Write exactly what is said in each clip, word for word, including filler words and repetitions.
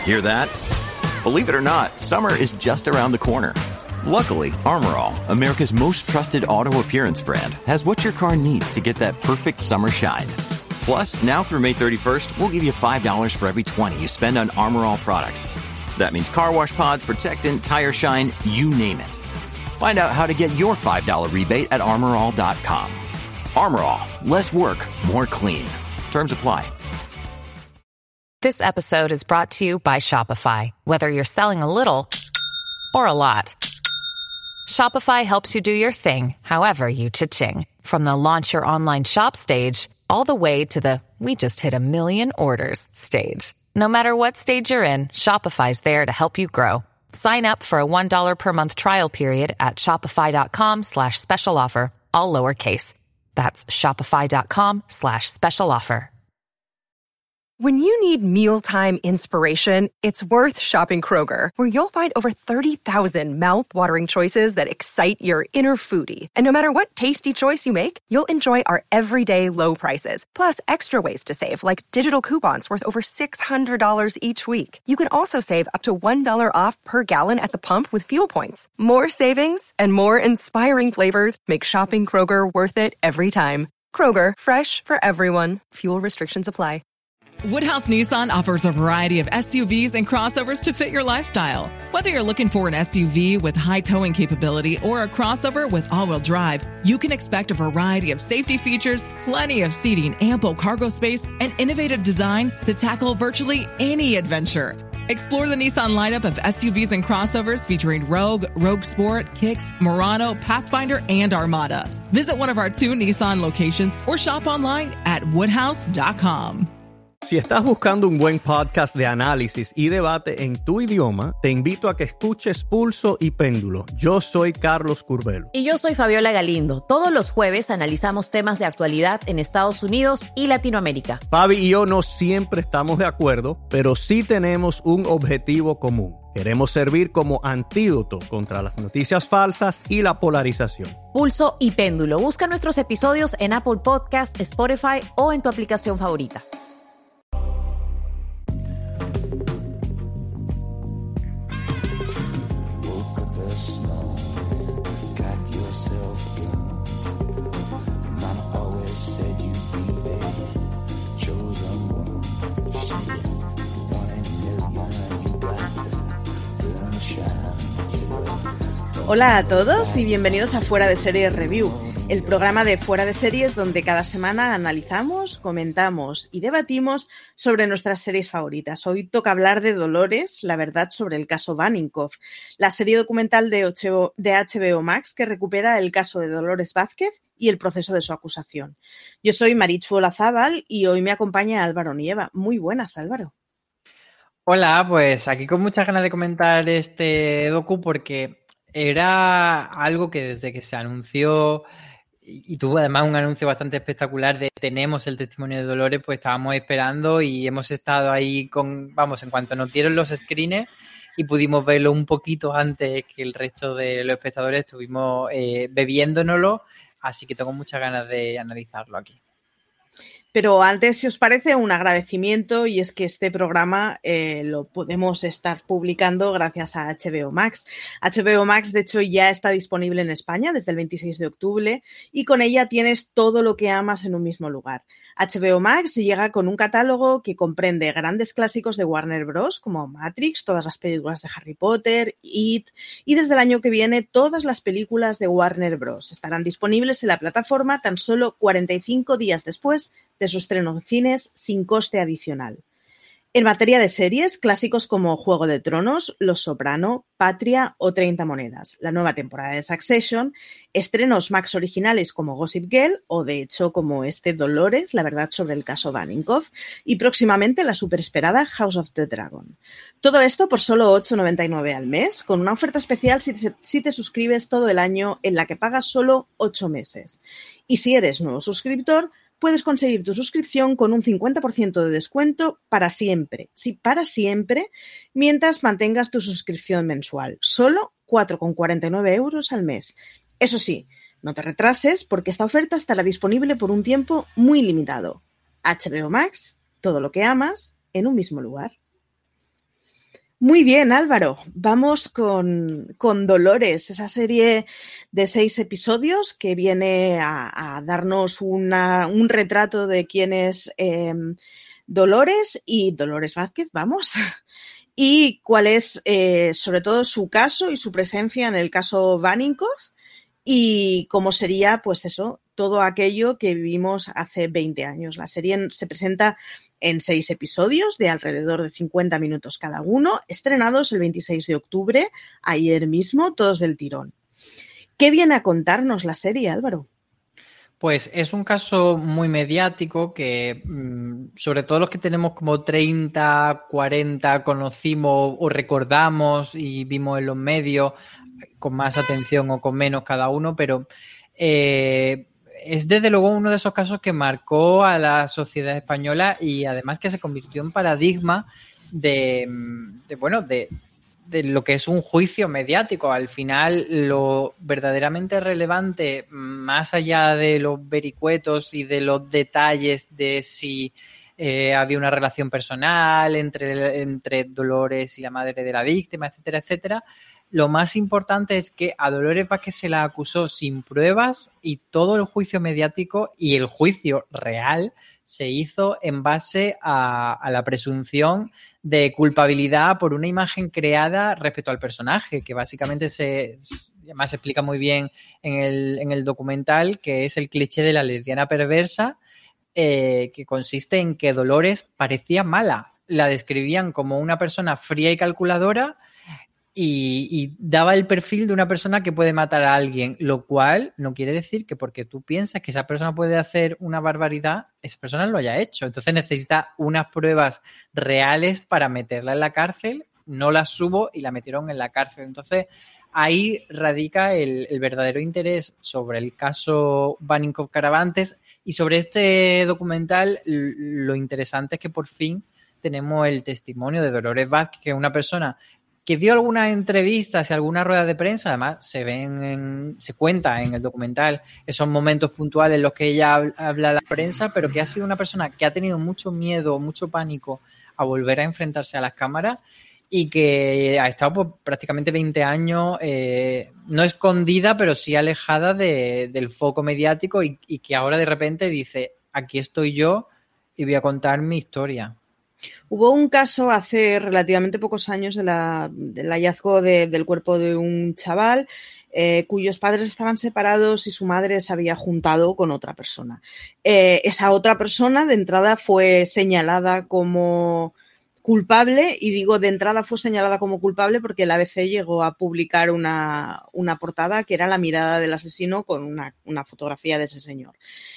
Hear that? Believe it or not, summer is just around the corner. Luckily, Armor All, America's most trusted auto appearance brand, has what your car needs to get that perfect summer shine. Plus, now through May thirty-first, we'll give you five dollars for every twenty you spend on Armor All products. That means car wash pods, protectant, tire shine, you name it. Find out how to get your five dollars rebate at armor all dot com. Armor All, less work, more clean. Terms apply. This episode is brought to you by Shopify. Whether you're selling a little or a lot, Shopify helps you do your thing, however you cha-ching. From the launch your online shop stage, all the way to the we just hit a million orders stage. No matter what stage you're in, Shopify's there to help you grow. Sign up for a one dollar per month trial period at shopify.com slash special offer, all lowercase. That's shopify.com slash special offer. When you need mealtime inspiration, it's worth shopping Kroger, where you'll find over thirty thousand mouth-watering choices that excite your inner foodie. And no matter what tasty choice you make, you'll enjoy our everyday low prices, plus extra ways to save, like digital coupons worth over six hundred dollars each week. You can also save up to one dollar off per gallon at the pump with fuel points. More savings and more inspiring flavors make shopping Kroger worth it every time. Kroger, fresh for everyone. Fuel restrictions apply. Woodhouse Nissan offers a variety of S U Vs and crossovers to fit your lifestyle. Whether you're looking for an S U V with high towing capability or a crossover with all-wheel drive, you can expect a variety of safety features, plenty of seating, ample cargo space, and innovative design to tackle virtually any adventure. Explore the Nissan lineup of S U Vs and crossovers featuring Rogue, Rogue Sport, Kicks, Murano, Pathfinder, and Armada. Visit one of our two Nissan locations or shop online at woodhouse dot com. Si estás buscando un buen podcast de análisis y debate en tu idioma, te invito a que escuches Pulso y Péndulo. Yo soy Carlos Curbelo. Y yo soy Fabiola Galindo. Todos los jueves analizamos temas de actualidad en Estados Unidos y Latinoamérica. Fabi y yo no siempre estamos de acuerdo, pero sí tenemos un objetivo común. Queremos servir como antídoto contra las noticias falsas y la polarización. Pulso y Péndulo. Busca nuestros episodios en Apple Podcasts, Spotify o en tu aplicación favorita. Hola a todos y bienvenidos a Fuera de Series Review, el programa de Fuera de Series donde cada semana analizamos, comentamos y debatimos sobre nuestras series favoritas. Hoy toca hablar de Dolores, la verdad sobre el caso Vaninkoff, la serie documental de H B O Max que recupera el caso de Dolores Vázquez y el proceso de su acusación. Yo soy Marichu Olazábal y hoy me acompaña Álvaro Nieva. Muy buenas, Álvaro. Hola, pues aquí con muchas ganas de comentar este docu porque era algo que desde que se anunció y tuvo además un anuncio bastante espectacular de tenemos el testimonio de Dolores, pues estábamos esperando y hemos estado ahí con, vamos, en cuanto nos dieron los screeners y pudimos verlo un poquito antes que el resto de los espectadores, estuvimos eh, bebiéndonoslo, así que tengo muchas ganas de analizarlo aquí. Pero antes, si os parece, un agradecimiento, y es que este programa eh, lo podemos estar publicando gracias a H B O Max. H B O Max, de hecho, ya está disponible en España desde el veintiséis de octubre y con ella tienes todo lo que amas en un mismo lugar. H B O Max llega con un catálogo que comprende grandes clásicos de Warner Bros. Como Matrix, todas las películas de Harry Potter, It, y desde el año que viene todas las películas de Warner Bros. Estarán disponibles en la plataforma tan solo cuarenta y cinco días después de su estreno en cines sin coste adicional. En materia de series, clásicos como Juego de Tronos, Los Soprano, Patria o treinta monedas, la nueva temporada de Succession, estrenos Max originales como Gossip Girl o de hecho como este Dolores, la verdad sobre el caso Vaninkoff, y próximamente la superesperada House of the Dragon. Todo esto por solo ocho noventa y nueve al mes, con una oferta especial si te, si te suscribes todo el año en la que pagas solo ocho meses. Y si eres nuevo suscriptor, puedes conseguir tu suscripción con un cincuenta por ciento de descuento para siempre. Sí, para siempre, mientras mantengas tu suscripción mensual. Solo cuatro con cuarenta y nueve euros al mes. Eso sí, no te retrases porque esta oferta estará disponible por un tiempo muy limitado. H B O Max, todo lo que amas, en un mismo lugar. Muy bien, Álvaro. Vamos con, con Dolores, esa serie de seis episodios que viene a, a darnos una, un retrato de quién es eh, Dolores y Dolores Vázquez, vamos, y cuál es eh, sobre todo su caso y su presencia en el caso Vaninkoff y cómo sería, pues eso, todo aquello que vivimos hace veinte años. La serie se presenta en seis episodios de alrededor de cincuenta minutos cada uno, estrenados el veintiséis de octubre, ayer mismo, todos del tirón. ¿Qué viene a contarnos la serie, Álvaro? Pues es un caso muy mediático que, sobre todo los que tenemos como treinta, cuarenta, conocimos o recordamos y vimos en los medios con más atención o con menos cada uno, pero eh, es desde luego uno de esos casos que marcó a la sociedad española y además que se convirtió en paradigma de, de bueno, de, de lo que es un juicio mediático. Al final, lo verdaderamente relevante, más allá de los vericuetos y de los detalles de si eh, había una relación personal entre, entre Dolores y la madre de la víctima, etcétera, etcétera, lo más importante es que a Dolores Vázquez se la acusó sin pruebas y todo el juicio mediático y el juicio real se hizo en base a, a la presunción de culpabilidad por una imagen creada respecto al personaje, que básicamente se, además se explica muy bien en el, en el documental, que es el cliché de la lesbiana perversa, eh, que consiste en que Dolores parecía mala. La describían como una persona fría y calculadora, Y, y daba el perfil de una persona que puede matar a alguien, lo cual no quiere decir que porque tú piensas que esa persona puede hacer una barbaridad, esa persona lo haya hecho. Entonces necesita unas pruebas reales para meterla en la cárcel, no las hubo y la metieron en la cárcel. Entonces ahí radica el, el verdadero interés sobre el caso Vaninkoff Caravantes y sobre este documental lo interesante es que por fin tenemos el testimonio de Dolores Vázquez, que es una persona que dio algunas entrevistas y algunas ruedas de prensa, además se ven, en, se cuenta en el documental esos momentos puntuales en los que ella habla a la prensa, pero que ha sido una persona que ha tenido mucho miedo, mucho pánico a volver a enfrentarse a las cámaras y que ha estado pues, prácticamente veinte años eh, no escondida, pero sí alejada de, del foco mediático y, y que ahora de repente dice, aquí estoy yo y voy a contar mi historia. Hubo un caso hace relativamente pocos años de la, del hallazgo de, del cuerpo de un chaval eh, cuyos padres estaban separados y su madre se había juntado con otra persona. Eh, esa otra persona de entrada fue señalada como culpable y digo de entrada fue señalada como culpable porque el A B C llegó a publicar una, una portada que era la mirada del asesino con una, una fotografía de ese señor.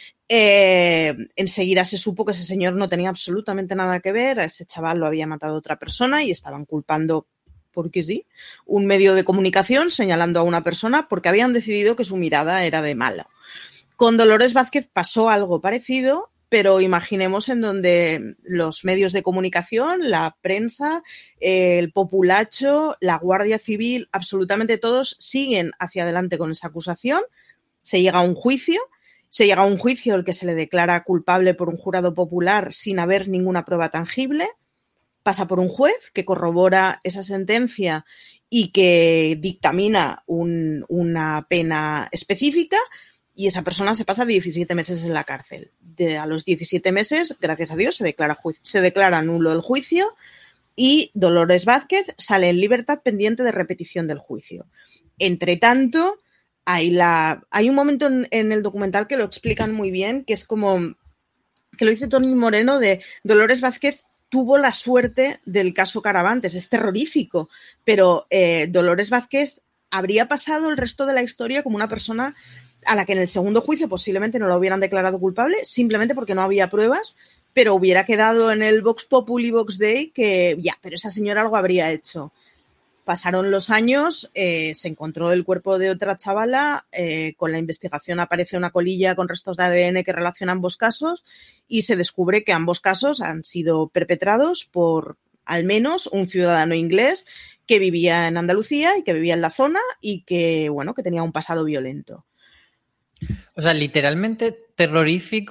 Eh, enseguida se supo que ese señor no tenía absolutamente nada que ver, a ese chaval lo había matado otra persona y estaban culpando, porque sí, un medio de comunicación señalando a una persona porque habían decidido que su mirada era de mala. Con Dolores Vázquez pasó algo parecido, pero imaginemos en donde los medios de comunicación, la prensa, eh, el populacho, la Guardia Civil, absolutamente todos siguen hacia adelante con esa acusación, se llega a un juicio. Se llega a un juicio al que se le declara culpable por un jurado popular sin haber ninguna prueba tangible, pasa por un juez que corrobora esa sentencia y que dictamina un, una pena específica y esa persona se pasa diecisiete meses en la cárcel. De, a los diecisiete meses, gracias a Dios, se declara, ju- se declara nulo el juicio y Dolores Vázquez sale en libertad pendiente de repetición del juicio. Entre tanto, Hay, la, hay un momento en, en el documental que lo explican muy bien, que es como, que lo dice Tony Moreno, de Dolores Vázquez tuvo la suerte del caso Caravantes, es terrorífico, pero eh, Dolores Vázquez habría pasado el resto de la historia como una persona a la que en el segundo juicio posiblemente no la hubieran declarado culpable, simplemente porque no había pruebas, pero hubiera quedado en el Vox Populi Vox Dei que ya, pero esa señora algo habría hecho. Pasaron los años, eh, se encontró el cuerpo de otra chavala, eh, con la investigación aparece una colilla con restos de A D N que relaciona ambos casos y se descubre que ambos casos han sido perpetrados por al menos un ciudadano inglés que vivía en Andalucía y que vivía en la zona y que, bueno, que tenía un pasado violento. O sea, literalmente terrorífico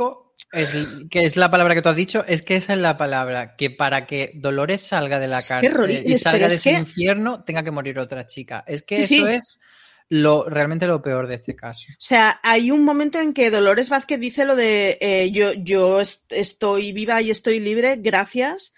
Es, que es la palabra que tú has dicho, es que esa es la palabra, que para que Dolores salga de la cárcel y salga de ese que... infierno, tenga que morir otra chica. Es que sí, eso sí. es lo realmente lo peor de este caso. O sea, hay un momento en que Dolores Vázquez dice lo de eh, yo, yo est- estoy viva y estoy libre gracias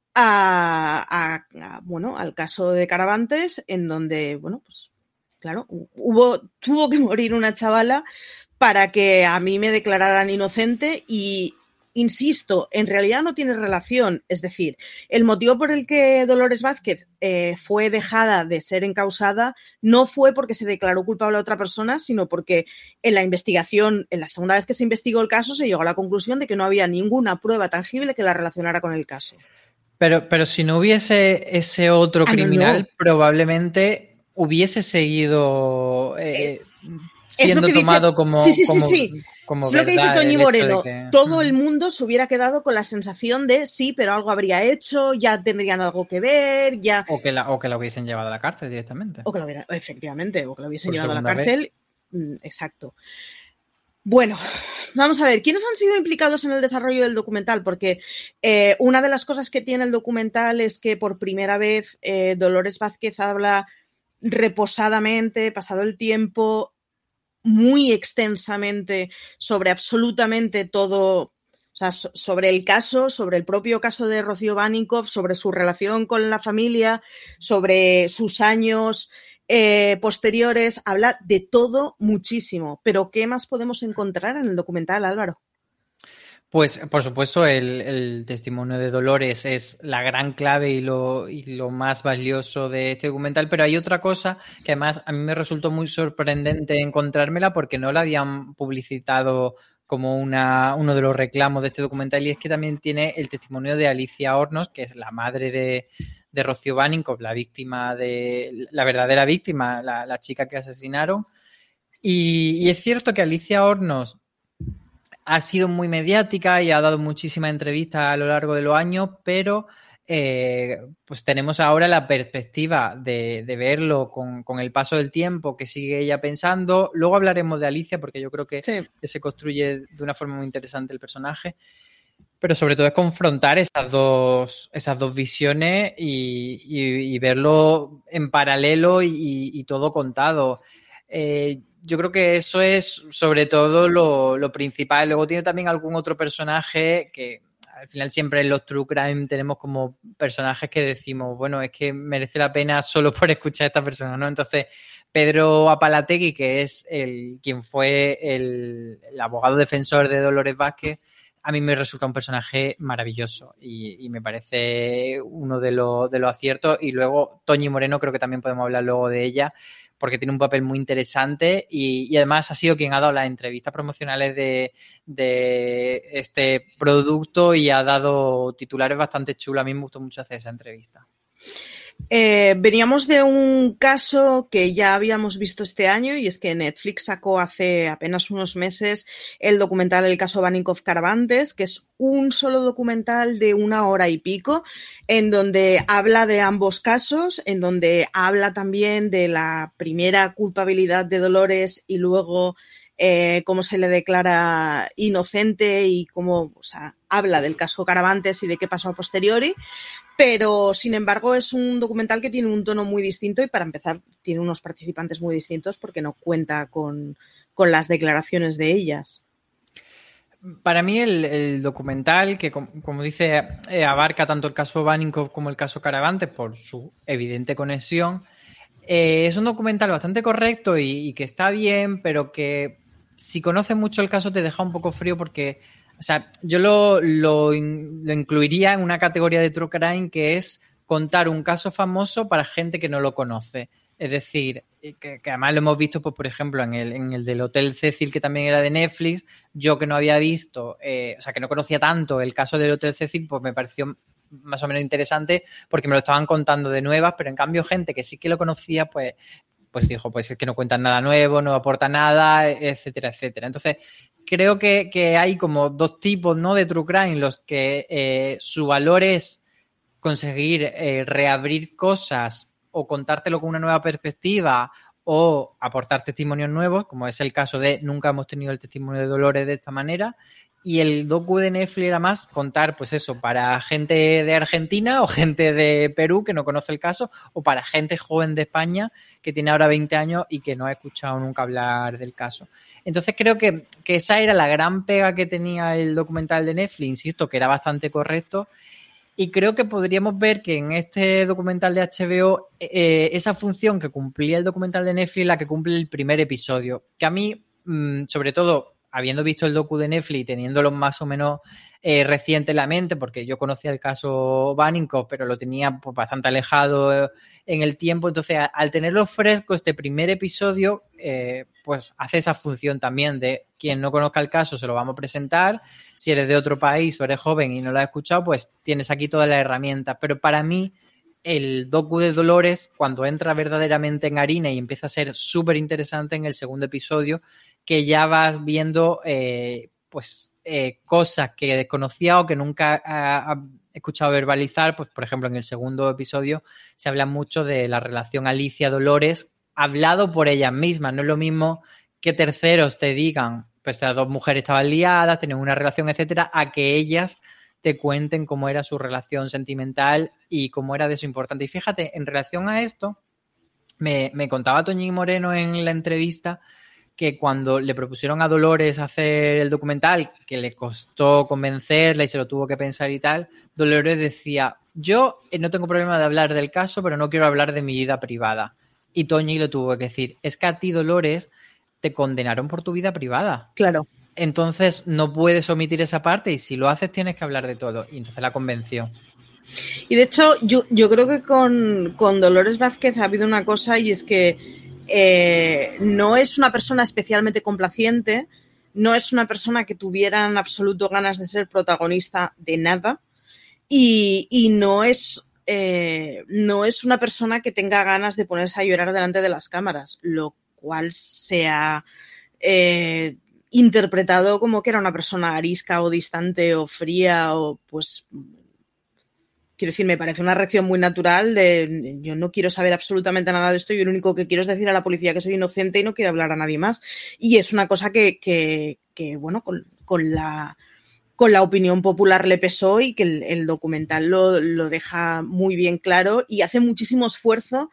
a, a, a, bueno, al caso de Caravantes, en donde, bueno, pues claro, hubo, tuvo que morir una chavala para que a mí me declararan inocente y, insisto, en realidad no tiene relación. Es decir, el motivo por el que Dolores Vázquez eh, fue dejada de ser encausada no fue porque se declaró culpable a otra persona, sino porque en la investigación, en la segunda vez que se investigó el caso, se llegó a la conclusión de que no había ninguna prueba tangible que la relacionara con el caso. Pero, pero si no hubiese ese otro ah, criminal, no, no. probablemente hubiese seguido eh, siendo tomado dice, como, sí, sí, como, sí, sí. como es lo que dice Toñi Moreno. Que... Todo el mundo se hubiera quedado con la sensación de sí, pero algo habría hecho, ya tendrían algo que ver, ya. O que la, o que la hubiesen llevado a la cárcel directamente. O que lo hubiera, efectivamente, o que lo hubiesen Por llevado a la segunda cárcel. Vez. Exacto. Bueno, vamos a ver, ¿quiénes han sido implicados en el desarrollo del documental? Porque eh, una de las cosas que tiene el documental es que por primera vez eh, Dolores Vázquez habla reposadamente, pasado el tiempo, muy extensamente sobre absolutamente todo, o sea, so- sobre el caso, sobre el propio caso de Rocío Baninkoff, sobre su relación con la familia, sobre sus años eh, posteriores, habla de todo muchísimo. Pero ¿qué más podemos encontrar en el documental, Álvaro? Pues, por supuesto, el, el testimonio de Dolores es la gran clave y lo, y lo más valioso de este documental, pero hay otra cosa que además a mí me resultó muy sorprendente encontrármela porque no la habían publicitado como una, uno de los reclamos de este documental, y es que también tiene el testimonio de Alicia Hornos, que es la madre de, de Rocío Baninkoff, la víctima de, la verdadera víctima, la, la chica que asesinaron. Y, y es cierto que Alicia Hornos ha sido muy mediática y ha dado muchísimas entrevistas a lo largo de los años, pero eh, pues tenemos ahora la perspectiva de, de verlo con, con el paso del tiempo, que sigue ella pensando. Luego hablaremos de Alicia, porque yo creo que, sí. que se construye de una forma muy interesante el personaje. Pero sobre todo es confrontar esas dos, esas dos visiones y, y, y verlo en paralelo y, y todo contado. Eh, yo creo que eso es sobre todo lo, lo principal. Luego tiene también algún otro personaje que al final siempre en los True Crime tenemos como personajes que decimos, bueno, es que merece la pena solo por escuchar a esta persona, ¿no? Entonces, Pedro Apalategui, que es el quien fue el, el abogado defensor de Dolores Vázquez, a mí me resulta un personaje maravilloso y, y me parece uno de, lo, de los aciertos. Y luego Toñi Moreno, creo que también podemos hablar luego de ella, porque tiene un papel muy interesante y, y además ha sido quien ha dado las entrevistas promocionales de, de este producto y ha dado titulares bastante chulos. A mí me gustó mucho hacer esa entrevista. Eh, veníamos de un caso que ya habíamos visto este año, y es que Netflix sacó hace apenas unos meses el documental El caso Baninkoff Caravantes, que es un solo documental de una hora y pico, en donde habla de ambos casos, en donde habla también de la primera culpabilidad de Dolores y luego eh, cómo se le declara inocente y cómo, o sea, habla del caso Caravantes y de qué pasó a posteriori. Pero, sin embargo, es un documental que tiene un tono muy distinto y, para empezar, tiene unos participantes muy distintos porque no cuenta con, con las declaraciones de ellas. Para mí el, el documental, que como, como dice, eh, abarca tanto el caso Baninkoff como el caso Caravantes por su evidente conexión, eh, es un documental bastante correcto y, y que está bien, pero que si conoces mucho el caso te deja un poco frío porque... O sea, yo lo, lo, lo incluiría en una categoría de True Crime que es contar un caso famoso para gente que no lo conoce. Es decir, que, que además lo hemos visto, pues, por ejemplo, en el, en el del Hotel Cecil, que también era de Netflix. Yo que no había visto, eh, o sea, que no conocía tanto el caso del Hotel Cecil, pues me pareció más o menos interesante porque me lo estaban contando de nuevas, pero en cambio gente que sí que lo conocía, pues... pues dijo, pues es que no cuentan nada nuevo, no aporta nada, etcétera, etcétera. Entonces, creo que, que hay como dos tipos, ¿no?, de True Crime, los que eh, su valor es conseguir eh, reabrir cosas o contártelo con una nueva perspectiva o aportar testimonios nuevos, como es el caso de Nunca hemos tenido el testimonio de Dolores de esta manera. y el docu de Netflix era más contar, pues eso, para gente de Argentina o gente de Perú que no conoce el caso, o para gente joven de España que tiene ahora veinte años y que no ha escuchado nunca hablar del caso. Entonces creo que, que esa era la gran pega que tenía el documental de Netflix, insisto, que era bastante correcto, y creo que podríamos ver que en este documental de H B O eh, esa función que cumplía el documental de Netflix la que cumple el primer episodio, que a mí, mmm, sobre todo habiendo visto el docu de Netflix y teniéndolo más o menos eh, reciente en la mente, porque yo conocía el caso Baninkoff, pero lo tenía pues, bastante alejado en el tiempo, entonces a, al tenerlo fresco, este primer episodio, eh, pues hace esa función también de quien no conozca el caso se lo vamos a presentar, si eres de otro país o eres joven y no lo has escuchado, pues tienes aquí todas las herramientas, pero para mí el docu de Dolores, cuando entra verdaderamente en harina y empieza a ser súper interesante en el segundo episodio, que ya vas viendo eh, pues eh, cosas que desconocía o que nunca ha, ha escuchado verbalizar. Pues, por ejemplo, en el segundo episodio se habla mucho de la relación Alicia-Dolores, hablado por ellas mismas. No es lo mismo que terceros te digan, pues las dos mujeres estaban liadas, tenían una relación, etcétera, a que ellas te cuenten cómo era su relación sentimental y cómo era de eso importante. Y fíjate, en relación a esto, me, me contaba Toñín Moreno en la entrevista que cuando le propusieron a Dolores hacer el documental, que le costó convencerla y se lo tuvo que pensar y tal, Dolores decía, yo no tengo problema de hablar del caso, pero no quiero hablar de mi vida privada. Y Toñi le tuvo que decir, es que a ti, Dolores, te condenaron por tu vida privada. Claro. Entonces no puedes omitir esa parte y si lo haces tienes que hablar de todo. Y entonces la convenció. Y de hecho, yo, yo creo que con, con Dolores Vázquez ha habido una cosa y es que Eh, no es una persona especialmente complaciente, no es una persona que tuviera en absoluto ganas de ser protagonista de nada y, y no es eh, no es una persona que tenga ganas de ponerse a llorar delante de las cámaras, lo cual se ha eh, interpretado como que era una persona arisca o distante o fría o pues... Quiero decir, me parece una reacción muy natural de yo no quiero saber absolutamente nada de esto, yo lo único que quiero es decir a la policía que soy inocente y no quiero hablar a nadie más. Y es una cosa que, que, que bueno, con, con, la, con la opinión popular le pesó y que el, el documental lo, lo deja muy bien claro y hace muchísimo esfuerzo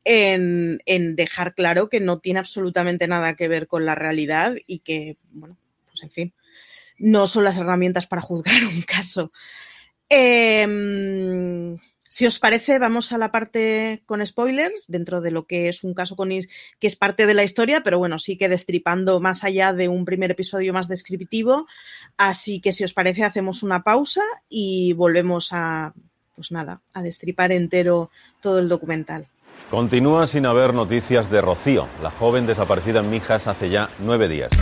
en, en dejar claro que no tiene absolutamente nada que ver con la realidad y que, bueno, pues en fin, no son las herramientas para juzgar un caso. Eh, si os parece, vamos a la parte con spoilers, dentro de lo que es un caso con is- que es parte de la historia, pero bueno, sí que destripando más allá de un primer episodio más descriptivo. Así que si os parece, hacemos una pausa y volvemos a, pues nada, a destripar entero todo el documental. Continúa sin haber noticias de Rocío, la joven desaparecida en Mijas hace ya nueve días.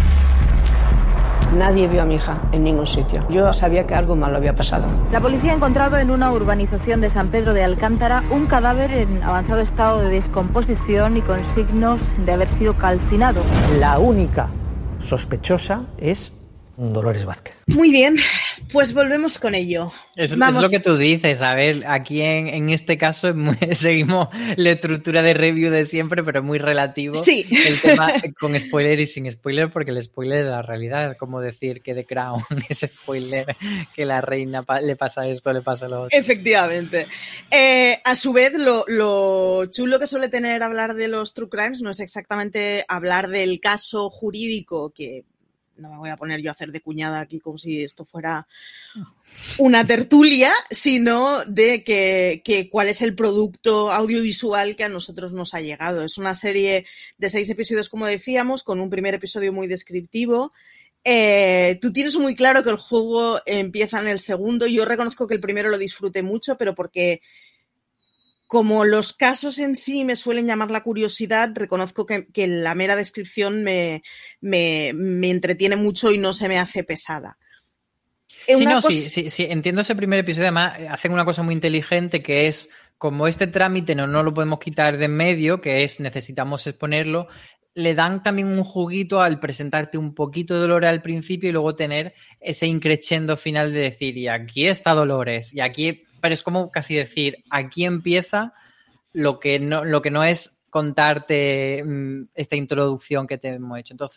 Nadie vio a mi hija en ningún sitio. Yo sabía que algo malo había pasado. La policía ha encontrado en una urbanización de San Pedro de Alcántara un cadáver en avanzado estado de descomposición y con signos de haber sido calcinado. La única sospechosa es Dolores Vázquez. Muy bien, pues volvemos con ello. Es, es lo que tú dices, a ver, aquí en, en este caso es muy, seguimos la estructura de review de siempre, pero es muy relativo. Sí. El tema con spoiler y sin spoiler, porque el spoiler de la realidad es como decir que The Crown es spoiler, que la reina pa- le pasa esto, le pasa lo otro. Efectivamente. Eh, a su vez, lo, lo chulo que suele tener hablar de los true crimes no es exactamente hablar del caso jurídico que... No me voy a poner yo a hacer de cuñada aquí como si esto fuera una tertulia, sino de que, que cuál es el producto audiovisual que a nosotros nos ha llegado. Es una serie de seis episodios, como decíamos, con un primer episodio muy descriptivo. Eh, tú tienes muy claro que el juego empieza en el segundo. Yo reconozco que el primero lo disfruté mucho, pero porque... Como los casos en sí me suelen llamar la curiosidad, reconozco que, que la mera descripción me, me, me entretiene mucho y no se me hace pesada. Sí, Una no, cosa... sí, sí, sí, entiendo ese primer episodio. Además, hacen una cosa muy inteligente que es, como este trámite no, no lo podemos quitar de en medio, que es necesitamos exponerlo, le dan también un juguito al presentarte un poquito de Dolores al principio y luego tener ese increchendo final de decir, y aquí está Dolores, y aquí... Pero es como casi decir, aquí empieza lo que no, lo que no es contarte mmm, esta introducción que te hemos hecho. Entonces,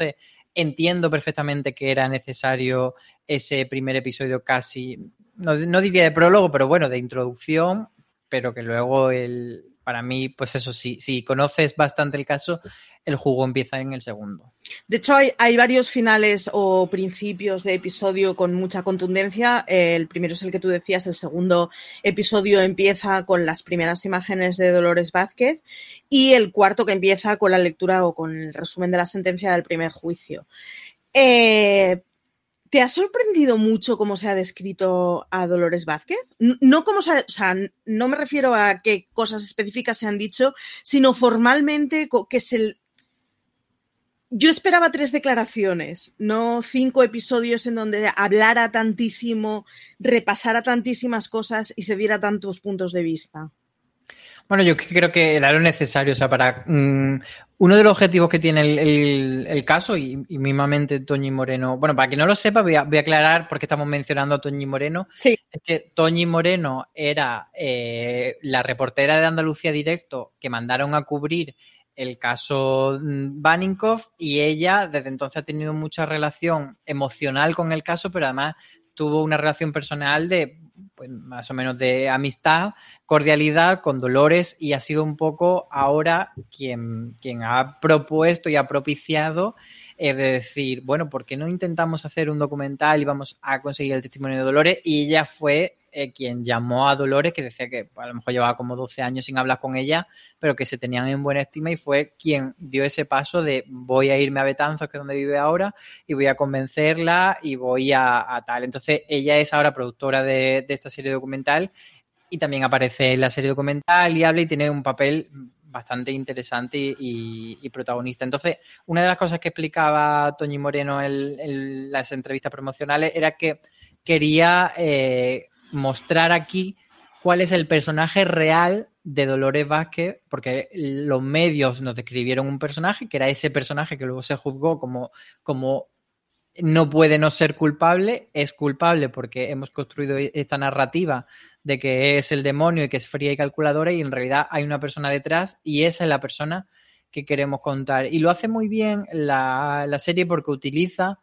entiendo perfectamente que era necesario ese primer episodio casi, no, no diría de prólogo, pero bueno, de introducción, pero que luego el... Para mí, pues eso, sí, si conoces bastante el caso, el juego empieza en el segundo. De hecho, hay, hay varios finales o principios de episodio con mucha contundencia. El primero es el que tú decías, el segundo episodio empieza con las primeras imágenes de Dolores Vázquez y el cuarto que empieza con la lectura o con el resumen de la sentencia del primer juicio. Eh... ¿Te ha sorprendido mucho cómo se ha descrito a Dolores Vázquez? No como se ha, o sea, no me refiero a qué cosas específicas se han dicho, sino formalmente que se... Yo esperaba tres declaraciones, no cinco episodios en donde hablara tantísimo, repasara tantísimas cosas y se diera tantos puntos de vista. Bueno, yo creo que era lo necesario, o sea, para... Mmm, uno de los objetivos que tiene el, el, el caso, y, y mismamente Toñi Moreno... Bueno, para quien no lo sepa, voy a, voy a aclarar por qué estamos mencionando a Toñi Moreno. Sí. Es que Toñi Moreno era eh, la reportera de Andalucía Directo que mandaron a cubrir el caso Baninkoff y ella desde entonces ha tenido mucha relación emocional con el caso, pero además tuvo una relación personal de... pues más o menos de amistad, cordialidad con Dolores y ha sido un poco ahora quien, quien ha propuesto y ha propiciado eh, de decir, bueno, ¿por qué no intentamos hacer un documental y vamos a conseguir el testimonio de Dolores? Y ella fue eh, quien llamó a Dolores, que decía que a lo mejor llevaba como doce años sin hablar con ella, pero que se tenían en buena estima y fue quien dio ese paso de voy a irme a Betanzos, que es donde vive ahora, y voy a convencerla y voy a, a tal. Entonces ella es ahora productora de, de esta serie documental y también aparece en la serie documental y habla y tiene un papel bastante interesante y, y, y protagonista. Entonces, una de las cosas que explicaba Toñi Moreno en, en las entrevistas promocionales era que quería eh, mostrar aquí cuál es el personaje real de Dolores Vázquez, porque los medios nos describieron un personaje que era ese personaje que luego se juzgó como, como no puede no ser culpable, es culpable porque hemos construido esta narrativa de que es el demonio y que es fría y calculadora y en realidad hay una persona detrás y esa es la persona que queremos contar. Y lo hace muy bien la, la serie porque utiliza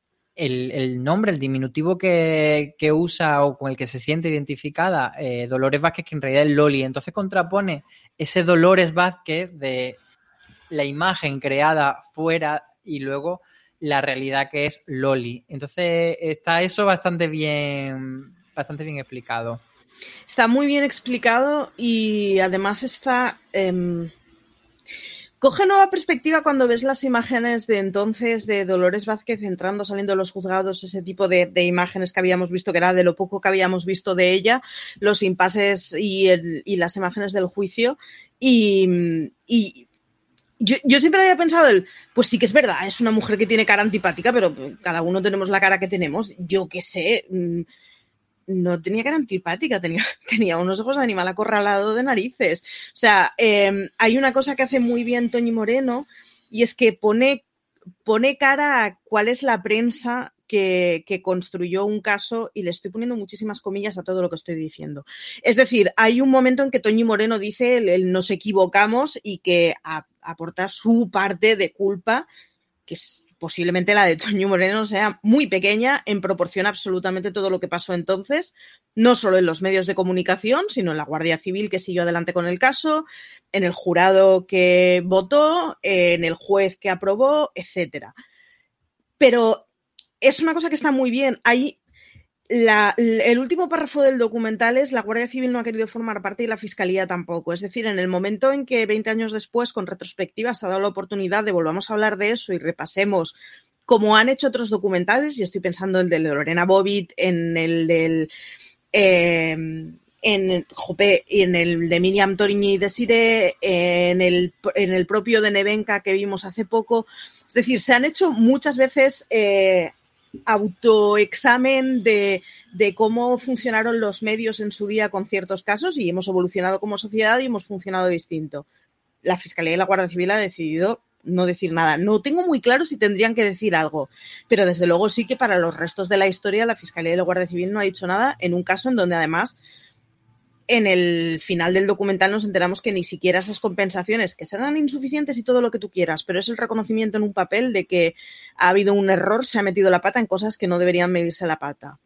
el, el nombre, el diminutivo que, que usa o con el que se siente identificada eh, Dolores Vázquez, que en realidad es Loli. Entonces contrapone ese Dolores Vázquez de la imagen creada fuera y luego la realidad que es Loli. Entonces está eso bastante bien, bastante bien explicado. Está muy bien explicado y además está... Eh, coge nueva perspectiva cuando ves las imágenes de entonces de Dolores Vázquez entrando, saliendo de los juzgados, ese tipo de, de imágenes que habíamos visto, que era de lo poco que habíamos visto de ella, los impases y, el, y las imágenes del juicio. Y... y Yo, yo siempre había pensado, el, pues sí que es verdad, es una mujer que tiene cara antipática, pero cada uno tenemos la cara que tenemos. Yo qué sé, no tenía cara antipática, tenía, tenía unos ojos de animal acorralado de narices. O sea, eh, hay una cosa que hace muy bien Toñi Moreno y es que pone, pone cara a cuál es la prensa que, que construyó un caso, y le estoy poniendo muchísimas comillas a todo lo que estoy diciendo. Es decir, hay un momento en que Toñi Moreno dice el, el nos equivocamos y que a, aporta su parte de culpa, que es posiblemente la de Toñi Moreno sea muy pequeña en proporción a absolutamente todo lo que pasó entonces, no solo en los medios de comunicación, sino en la Guardia Civil que siguió adelante con el caso, en el jurado que votó, en el juez que aprobó, etcétera. Pero es una cosa que está muy bien. Hay la, el último párrafo del documental es: la Guardia Civil no ha querido formar parte y la Fiscalía tampoco. Es decir, en el momento en que veinte años después, con retrospectiva, se ha dado la oportunidad de volvamos a hablar de eso y repasemos como han hecho otros documentales, y estoy pensando en el de Lorena Bobbitt, en el del eh, en, jope, en el de Miriam Torín y Desiree, en el, en el propio de Nevenka que vimos hace poco. Es decir, se han hecho muchas veces eh, autoexamen de, de cómo funcionaron los medios en su día con ciertos casos, y hemos evolucionado como sociedad y hemos funcionado distinto. La Fiscalía y la Guardia Civil ha decidido no decir nada. No tengo muy claro si tendrían que decir algo, pero desde luego sí que para los restos de la historia la Fiscalía y la Guardia Civil no ha dicho nada en un caso en donde además en el final del documental nos enteramos que ni siquiera esas compensaciones, que serán insuficientes y todo lo que tú quieras, pero es el reconocimiento en un papel de que ha habido un error, se ha metido la pata en cosas que no deberían medirse la pata.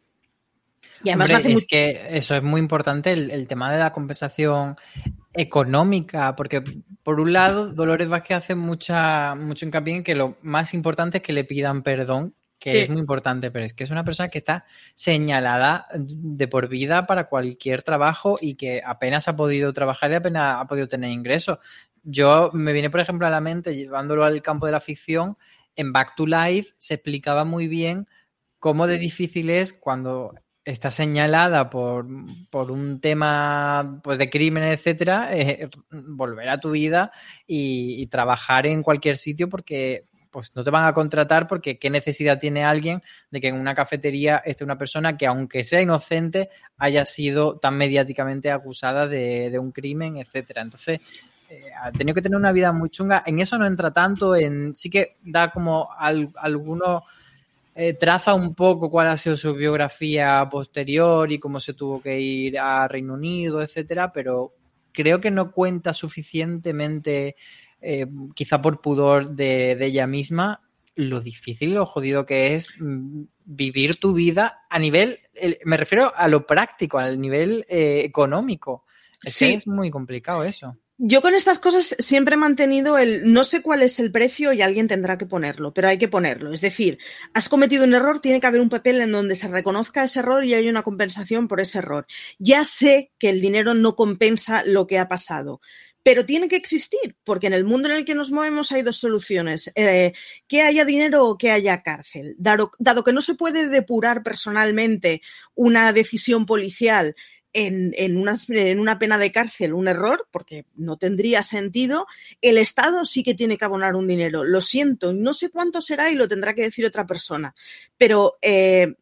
Y además Hombre, es muy... que eso es muy importante, el, el tema de la compensación económica, porque por un lado Dolores Vázquez hace mucha, mucho hincapié en que lo más importante es que le pidan perdón, que sí. es muy importante, pero es que es una persona que está señalada de por vida para cualquier trabajo y que apenas ha podido trabajar y apenas ha podido tener ingresos. Yo me viene, por ejemplo, a la mente, llevándolo al campo de la ficción, en Back to Life se explicaba muy bien cómo de difícil es cuando está señalada por, por un tema pues, de crímenes, etcétera, eh, volver a tu vida y, y trabajar en cualquier sitio porque pues no te van a contratar porque qué necesidad tiene alguien de que en una cafetería esté una persona que, aunque sea inocente, haya sido tan mediáticamente acusada de, de un crimen, etcétera. Entonces, eh, ha tenido que tener una vida muy chunga. En eso no entra tanto, en sí que da como al, algunos... Eh, traza un poco cuál ha sido su biografía posterior y cómo se tuvo que ir a Reino Unido, etcétera, pero creo que no cuenta suficientemente, eh, quizá por pudor de, de ella misma, lo difícil y lo jodido que es mm, vivir tu vida a nivel, el, me refiero a lo práctico, al nivel eh, económico. Es sí. que es muy complicado eso. Yo con estas cosas siempre he mantenido el no sé cuál es el precio y alguien tendrá que ponerlo, pero hay que ponerlo. Es decir, has cometido un error, tiene que haber un papel en donde se reconozca ese error y hay una compensación por ese error. Ya sé que el dinero no compensa lo que ha pasado, pero tiene que existir, porque en el mundo en el que nos movemos hay dos soluciones, eh, que haya dinero o que haya cárcel. Dado, dado que no se puede depurar personalmente una decisión policial En, en, una, en una pena de cárcel, un error, porque no tendría sentido, el Estado sí que tiene que abonar un dinero. Lo siento, no sé cuánto será y lo tendrá que decir otra persona. Pero, eh,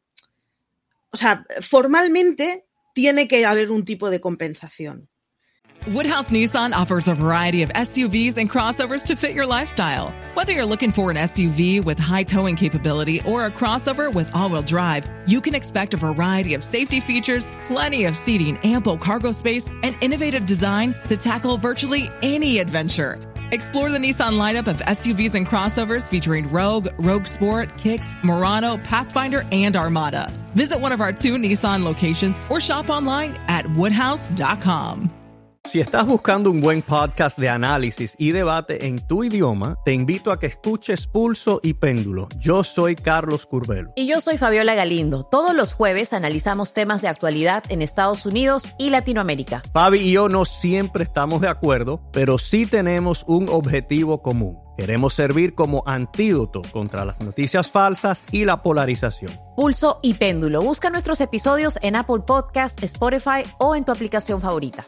o sea, formalmente tiene que haber un tipo de compensación. Woodhouse Nissan offers a variety of S U Vs and crossovers to fit your lifestyle. Whether you're looking for an S U V with high towing capability or a crossover with all-wheel drive, you can expect a variety of safety features, plenty of seating, ample cargo space, and innovative design to tackle virtually any adventure. Explore the Nissan lineup of S U Vs and crossovers featuring Rogue, Rogue Sport, Kicks, Murano, Pathfinder, and Armada. Visit one of our two Nissan locations or shop online at woodhouse dot com. Si estás buscando un buen podcast de análisis y debate en tu idioma, te invito a que escuches Pulso y Péndulo. Yo soy Carlos Curbelo. Y yo soy Fabiola Galindo. Todos los jueves analizamos temas de actualidad en Estados Unidos y Latinoamérica. Fabi y yo no siempre estamos de acuerdo, pero sí tenemos un objetivo común. Queremos servir como antídoto contra las noticias falsas y la polarización. Pulso y Péndulo. Busca nuestros episodios en Apple Podcast, Spotify o en tu aplicación favorita.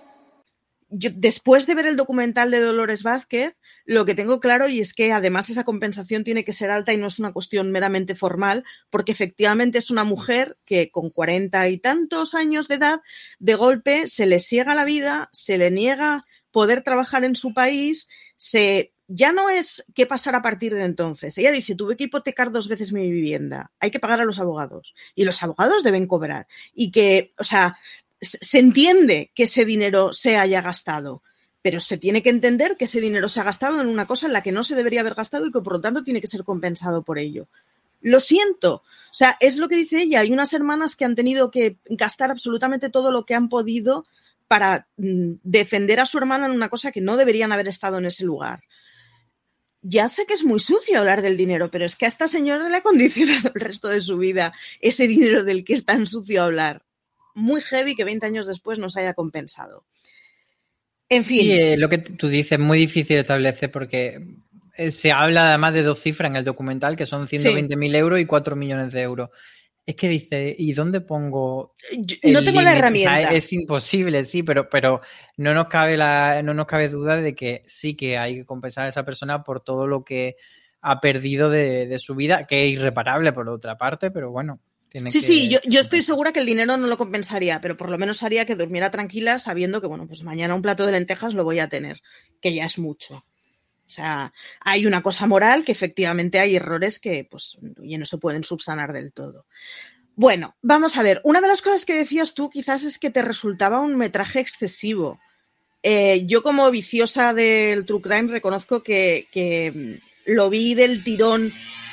Yo, después de ver el documental de Dolores Vázquez, lo que tengo claro y es que además esa compensación tiene que ser alta y no es una cuestión meramente formal, porque efectivamente es una mujer que con cuarenta y tantos años de edad, de golpe se le ciega la vida, se le niega poder trabajar en su país, se... ya no es qué pasar a partir de entonces. Ella dice, tuve que hipotecar dos veces mi vivienda, hay que pagar a los abogados y los abogados deben cobrar y que, o sea... se entiende que ese dinero se haya gastado, pero se tiene que entender que ese dinero se ha gastado en una cosa en la que no se debería haber gastado y que por lo tanto tiene que ser compensado por ello. Lo siento, o sea, es lo que dice ella, hay unas hermanas que han tenido que gastar absolutamente todo lo que han podido para mm, defender a su hermana en una cosa que no deberían haber estado en ese lugar. Ya sé que es muy sucio hablar del dinero, pero es que a esta señora le ha condicionado el resto de su vida ese dinero del que es tan sucio hablar. Muy heavy que veinte años después nos haya compensado. En fin. Sí, eh, lo que tú dices es muy difícil establecer porque se habla además de dos cifras en el documental que son ciento veinte mil sí. euros y cuatro millones de euros. Es que dice, ¿y dónde pongo? El no tengo límite? La herramienta. O sea, es imposible, sí, pero, pero no nos cabe la, no nos cabe duda de que sí que hay que compensar a esa persona por todo lo que ha perdido de, de su vida, que es irreparable por otra parte, pero bueno. Sí, sí, yo, yo estoy segura que el dinero no lo compensaría, pero por lo menos haría que durmiera tranquila sabiendo que, bueno, pues mañana un plato de lentejas lo voy a tener, que ya es mucho. O sea, hay una cosa moral que efectivamente hay errores que, pues, ya no se pueden subsanar del todo. Bueno, vamos a ver. Una de las cosas que decías tú quizás es que te resultaba un metraje excesivo. Eh, yo como viciosa del True Crime reconozco que, que lo vi del tirón,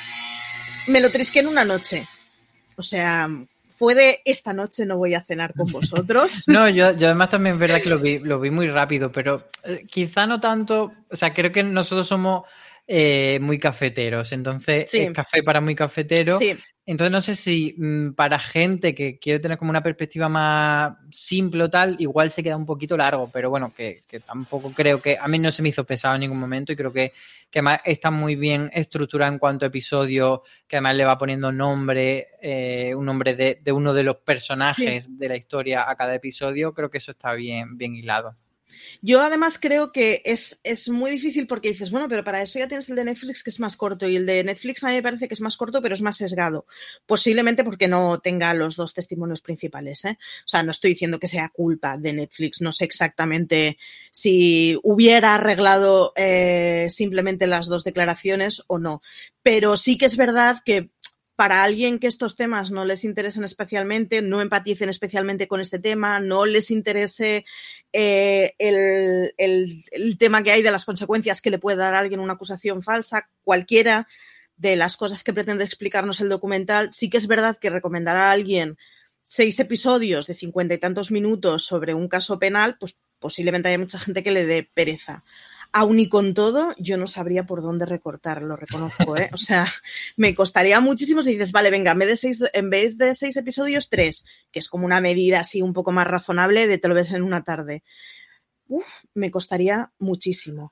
me lo trisqué en una noche. O sea, fue de esta noche no voy a cenar con vosotros. No, yo, yo además también es verdad que lo vi, lo vi muy rápido, pero eh, quizá no tanto, o sea, creo que nosotros somos eh, muy cafeteros, entonces Sí. es café para muy cafetero. Sí. Entonces no sé si mmm, para gente que quiere tener como una perspectiva más simple o tal, igual se queda un poquito largo, pero bueno, que, que tampoco creo que... A mí no se me hizo pesado en ningún momento y creo que, que además está muy bien estructurado en cuanto a episodio, que además le va poniendo nombre, eh, un nombre de, de uno de los personajes sí. de la historia a cada episodio. Creo que eso está bien, bien hilado. Yo además creo que es, es muy difícil porque dices, bueno, pero para eso ya tienes el de Netflix que es más corto y el de Netflix a mí me parece que es más corto pero es más sesgado, posiblemente porque no tenga los dos testimonios principales, ¿eh? O sea, no estoy diciendo que sea culpa de Netflix, no sé exactamente si hubiera arreglado eh, simplemente las dos declaraciones o no, pero sí que es verdad que para alguien que estos temas no les interesen especialmente, no empaticen especialmente con este tema, no les interese eh, el, el, el tema que hay de las consecuencias que le puede dar a alguien una acusación falsa, cualquiera de las cosas que pretende explicarnos el documental, sí que es verdad que recomendar a alguien seis episodios de cincuenta y tantos minutos sobre un caso penal, pues posiblemente haya mucha gente que le dé pereza. Aún y con todo, yo no sabría por dónde recortar, lo reconozco, ¿eh? O sea, me costaría muchísimo si dices, vale, venga, en vez de seis, en vez de seis episodios, tres, que es como una medida así un poco más razonable de te lo ves en una tarde. Uf, me costaría muchísimo.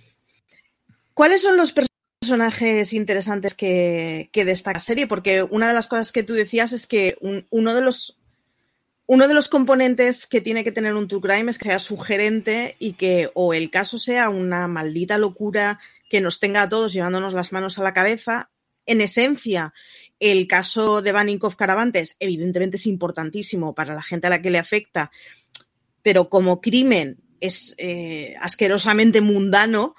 ¿Cuáles son los personajes interesantes que, que destaca la serie? Porque una de las cosas que tú decías es que un, uno de los... Uno de los componentes que tiene que tener un true crime es que sea sugerente y que o el caso sea una maldita locura que nos tenga a todos llevándonos las manos a la cabeza. En esencia, el caso de Baninkoff Caravantes evidentemente es importantísimo para la gente a la que le afecta, pero como crimen es eh, asquerosamente mundano.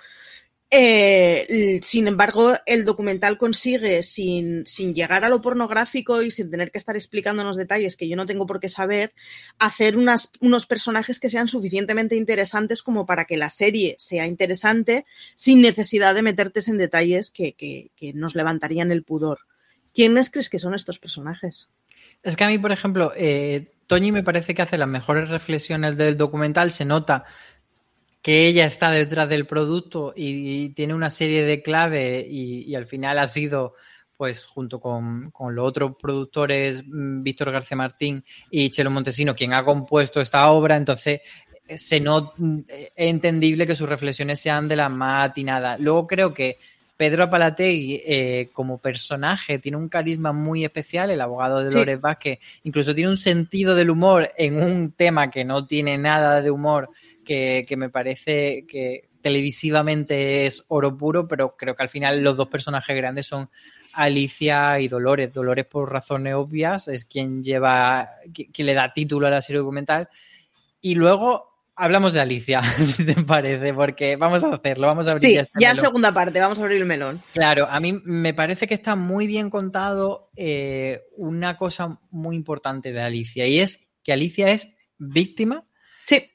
Eh, sin embargo, el documental consigue, sin, sin llegar a lo pornográfico y sin tener que estar explicándonos detalles que yo no tengo por qué saber, hacer unas, unos personajes que sean suficientemente interesantes como para que la serie sea interesante sin necesidad de meterte en detalles que, que, que nos levantarían el pudor. ¿Quiénes crees que son estos personajes? Es que a mí, por ejemplo, eh, Toñi me parece que hace las mejores reflexiones del documental, se nota que ella está detrás del producto y, y tiene una serie de clave y, y al final ha sido, pues junto con, con los otros productores, Víctor García Martín y Chelo Montesino, quien ha compuesto esta obra, entonces se no, es entendible que sus reflexiones sean de las más atinadas. Luego creo que Pedro Apalategui eh, como personaje tiene un carisma muy especial, el abogado de Dolores sí. Vázquez, incluso tiene un sentido del humor en un tema que no tiene nada de humor, que, que me parece que televisivamente es oro puro, pero creo que al final los dos personajes grandes son Alicia y Dolores. Dolores, por razones obvias, es quien lleva, quien le da título a la serie documental. Y luego hablamos de Alicia, si te parece, porque vamos a hacerlo, vamos a abrir sí, este ya melón. Segunda parte, vamos a abrir el melón. Claro, a mí me parece que está muy bien contado eh, una cosa muy importante de Alicia, y es que Alicia es víctima sí.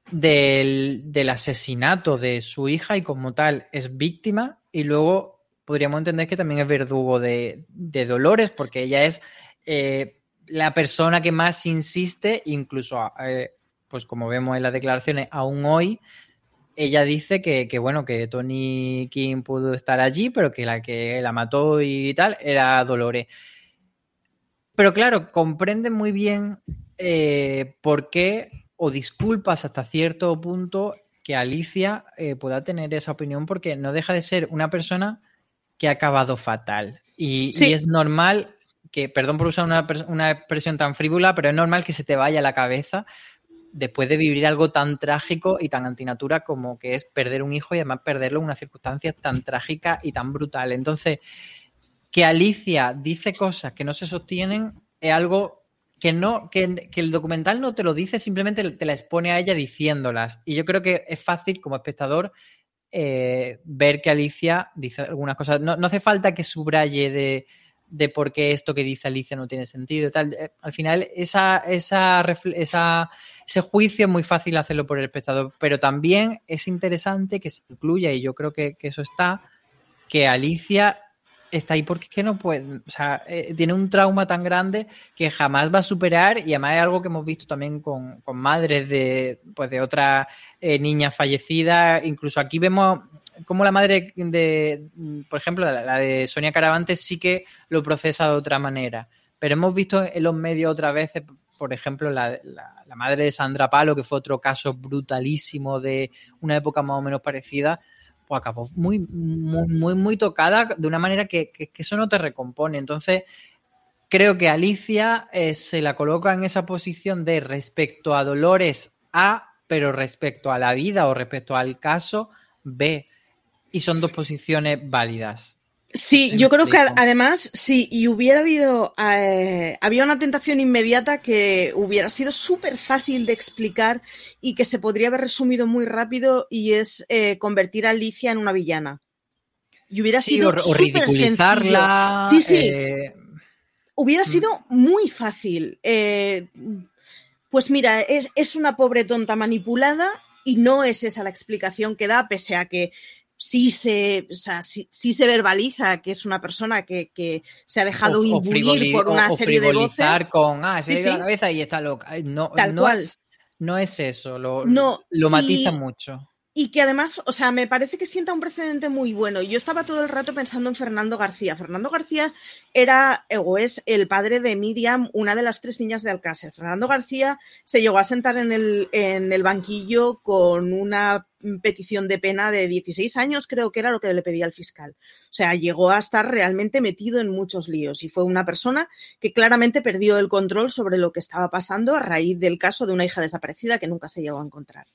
del, del asesinato de su hija y como tal es víctima, y luego podríamos entender que también es verdugo de, de Dolores, porque ella es eh, la persona que más insiste, incluso eh, pues como vemos en las declaraciones, aún hoy, ella dice que, que bueno, que Tony King pudo estar allí, pero que la que la mató y tal era Dolores. Pero claro, comprende muy bien eh, por qué, o disculpas hasta cierto punto, que Alicia eh, pueda tener esa opinión, porque no deja de ser una persona que ha acabado fatal. Y, sí. y es normal que, perdón por usar una, una expresión tan frívola, pero es normal que se te vaya a la cabeza después de vivir algo tan trágico y tan antinatura como que es perder un hijo y además perderlo en una circunstancia tan trágica y tan brutal. Entonces, que Alicia dice cosas que no se sostienen es algo que, no, que, que el documental no te lo dice, simplemente te la expone a ella diciéndolas. Y yo creo que es fácil como espectador eh, ver que Alicia dice algunas cosas. No, no hace falta que subraye de de por qué esto que dice Alicia no tiene sentido y tal. Al final, esa, esa, esa, ese juicio es muy fácil hacerlo por el espectador, pero también es interesante que se incluya, y yo creo que, que eso está, que Alicia está ahí porque es que no puede, o sea, eh, tiene un trauma tan grande que jamás va a superar, y además es algo que hemos visto también con, con madres de, pues de otras eh, niñas fallecidas. Incluso aquí vemos cómo la madre de, por ejemplo, la, la de Sonia Caravantes sí que lo procesa de otra manera, pero hemos visto en los medios otras veces, por ejemplo, la, la, la madre de Sandra Palo, que fue otro caso brutalísimo de una época más o menos parecida, pues acabó muy, muy, muy, muy tocada de una manera que, que, que eso no te recompone. Entonces, creo que Alicia eh, se la coloca en esa posición de respecto a Dolores A, pero respecto a la vida o respecto al caso B. Y son dos posiciones válidas. Sí, yo creo que además, sí, y hubiera habido, eh, había una tentación inmediata que hubiera sido súper fácil de explicar y que se podría haber resumido muy rápido, y es eh, convertir a Alicia en una villana. Y hubiera sí, sido o, o ridiculizarla. Sencillo. Sí, sí. Eh... Hubiera sido muy fácil. Eh, pues mira, es, es una pobre tonta manipulada y no es esa la explicación que da, pese a que sí se, o sea, sí, sí se verbaliza que es una persona que, que se ha dejado o, imbuir o por una o serie de voces. Con, ah, se sí, le dio sí. la cabeza y está loca. No, Tal no, cual. Es, no es eso, lo, no, lo matiza y, mucho. Y que además, o sea, me parece que sienta un precedente muy bueno. Yo estaba todo el rato pensando en Fernando García. Fernando García era o es el padre de Miriam, una de las tres niñas de Alcácer. Fernando García se llegó a sentar en el, en el banquillo con una petición de pena de dieciséis años, creo que era lo que le pedía el fiscal. O sea, llegó a estar realmente metido en muchos líos y fue una persona que claramente perdió el control sobre lo que estaba pasando a raíz del caso de una hija desaparecida que nunca se llegó a encontrar.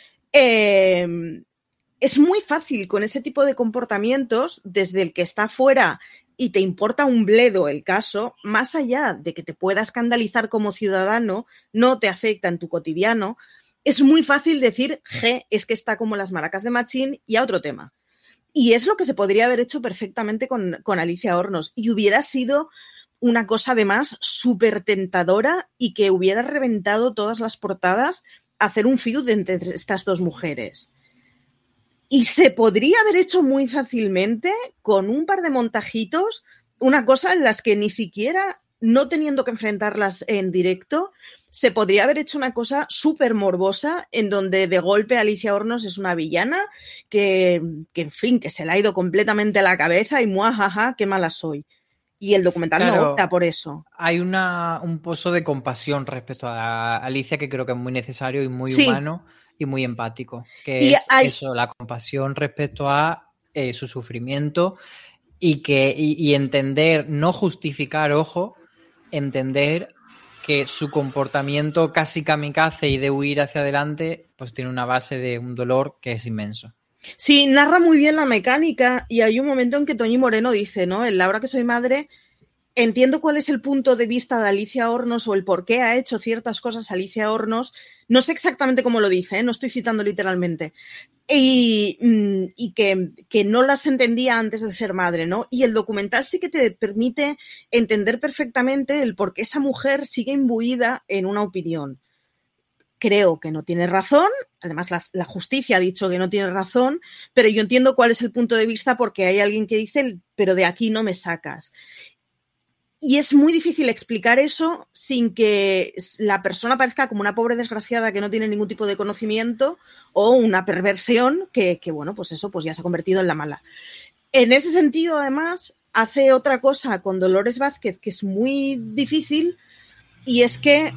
Eh, es muy fácil con ese tipo de comportamientos, desde el que está fuera y te importa un bledo el caso, más allá de que te pueda escandalizar como ciudadano, no te afecta en tu cotidiano, es muy fácil decir, G, es que está como las maracas de Machín y a otro tema. Y es lo que se podría haber hecho perfectamente con, con Alicia Hornos y hubiera sido una cosa además súper tentadora y que hubiera reventado todas las portadas hacer un feud entre estas dos mujeres. Y se podría haber hecho muy fácilmente con un par de montajitos, una cosa en las que ni siquiera, no teniendo que enfrentarlas en directo, se podría haber hecho una cosa súper morbosa en donde de golpe Alicia Hornos es una villana que, que, en fin, que se le ha ido completamente a la cabeza y muajaja, qué mala soy. Y el documental claro, no opta por eso. Hay una, un pozo de compasión respecto a Alicia que creo que es muy necesario y muy sí. humano y muy empático. Que y es hay... eso, la compasión respecto a eh, su sufrimiento y, que, y, y entender, no justificar, ojo, entender que su comportamiento casi kamikaze y de huir hacia adelante pues tiene una base de un dolor que es inmenso. Sí, narra muy bien la mecánica y hay un momento en que Toñi Moreno dice, ¿no? En La hora que soy madre, entiendo cuál es el punto de vista de Alicia Hornos o el por qué ha hecho ciertas cosas Alicia Hornos. No sé exactamente cómo lo dice, ¿eh? No estoy citando literalmente. Y, y que, que no las entendía antes de ser madre, ¿no? Y el documental sí que te permite entender perfectamente el por qué esa mujer sigue imbuida en una opinión. Creo que no tiene razón, además la, la justicia ha dicho que no tiene razón, pero yo entiendo cuál es el punto de vista porque hay alguien que dice, pero de aquí no me sacas. Y es muy difícil explicar eso sin que la persona parezca como una pobre desgraciada que no tiene ningún tipo de conocimiento o una perversión que, que bueno, pues eso pues ya se ha convertido en la mala. En ese sentido, además, hace otra cosa con Dolores Vázquez que es muy difícil y es que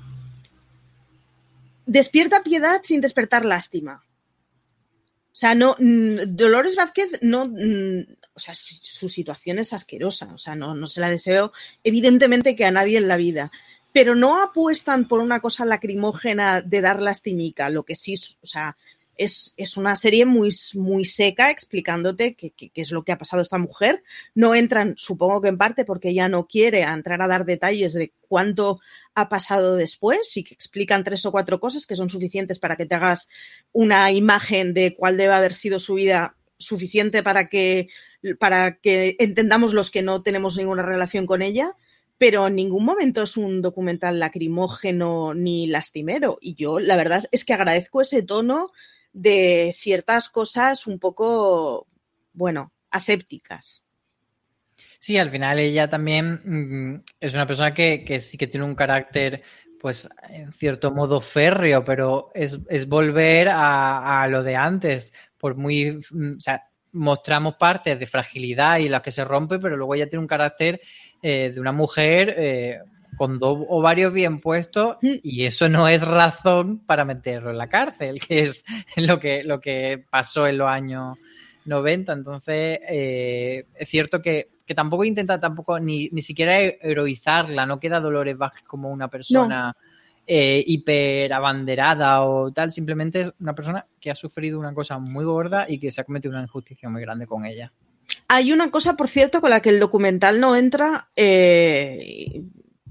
despierta piedad sin despertar lástima. O sea, no, Dolores Vázquez no, o sea, su, su situación es asquerosa, o sea, no, no se la deseo evidentemente que a nadie en la vida, pero no apuestan por una cosa lacrimógena de dar lastimica, lo que sí, o sea, es, es una serie muy, muy seca explicándote qué, qué, qué es lo que ha pasado a esta mujer. No entran, supongo que en parte porque ella no quiere entrar a dar detalles de cuánto ha pasado después, sí que explican tres o cuatro cosas que son suficientes para que te hagas una imagen de cuál debe haber sido su vida, suficiente para que para que entendamos los que no tenemos ninguna relación con ella, pero en ningún momento es un documental lacrimógeno ni lastimero. Y yo, la verdad, es que agradezco ese tono de ciertas cosas un poco, bueno, asépticas. Sí, al final ella también mmm, es una persona que, que sí que tiene un carácter, pues, en cierto modo férreo, pero es, es volver a, a lo de antes, por muy, o sea, mostramos partes de fragilidad y las que se rompe, pero luego ella tiene un carácter eh, de una mujer eh, con dos ovarios bien puestos, y eso no es razón para meterlo en la cárcel, que es lo que, lo que pasó en los años noventa. Entonces, eh, es cierto que, que tampoco intenta tampoco ni, ni siquiera heroizarla, no queda Dolores Vázquez como una persona no. eh, hiper abanderada o tal, simplemente es una persona que ha sufrido una cosa muy gorda y que se ha cometido una injusticia muy grande con ella. Hay una cosa, por cierto, con la que el documental no entra, eh,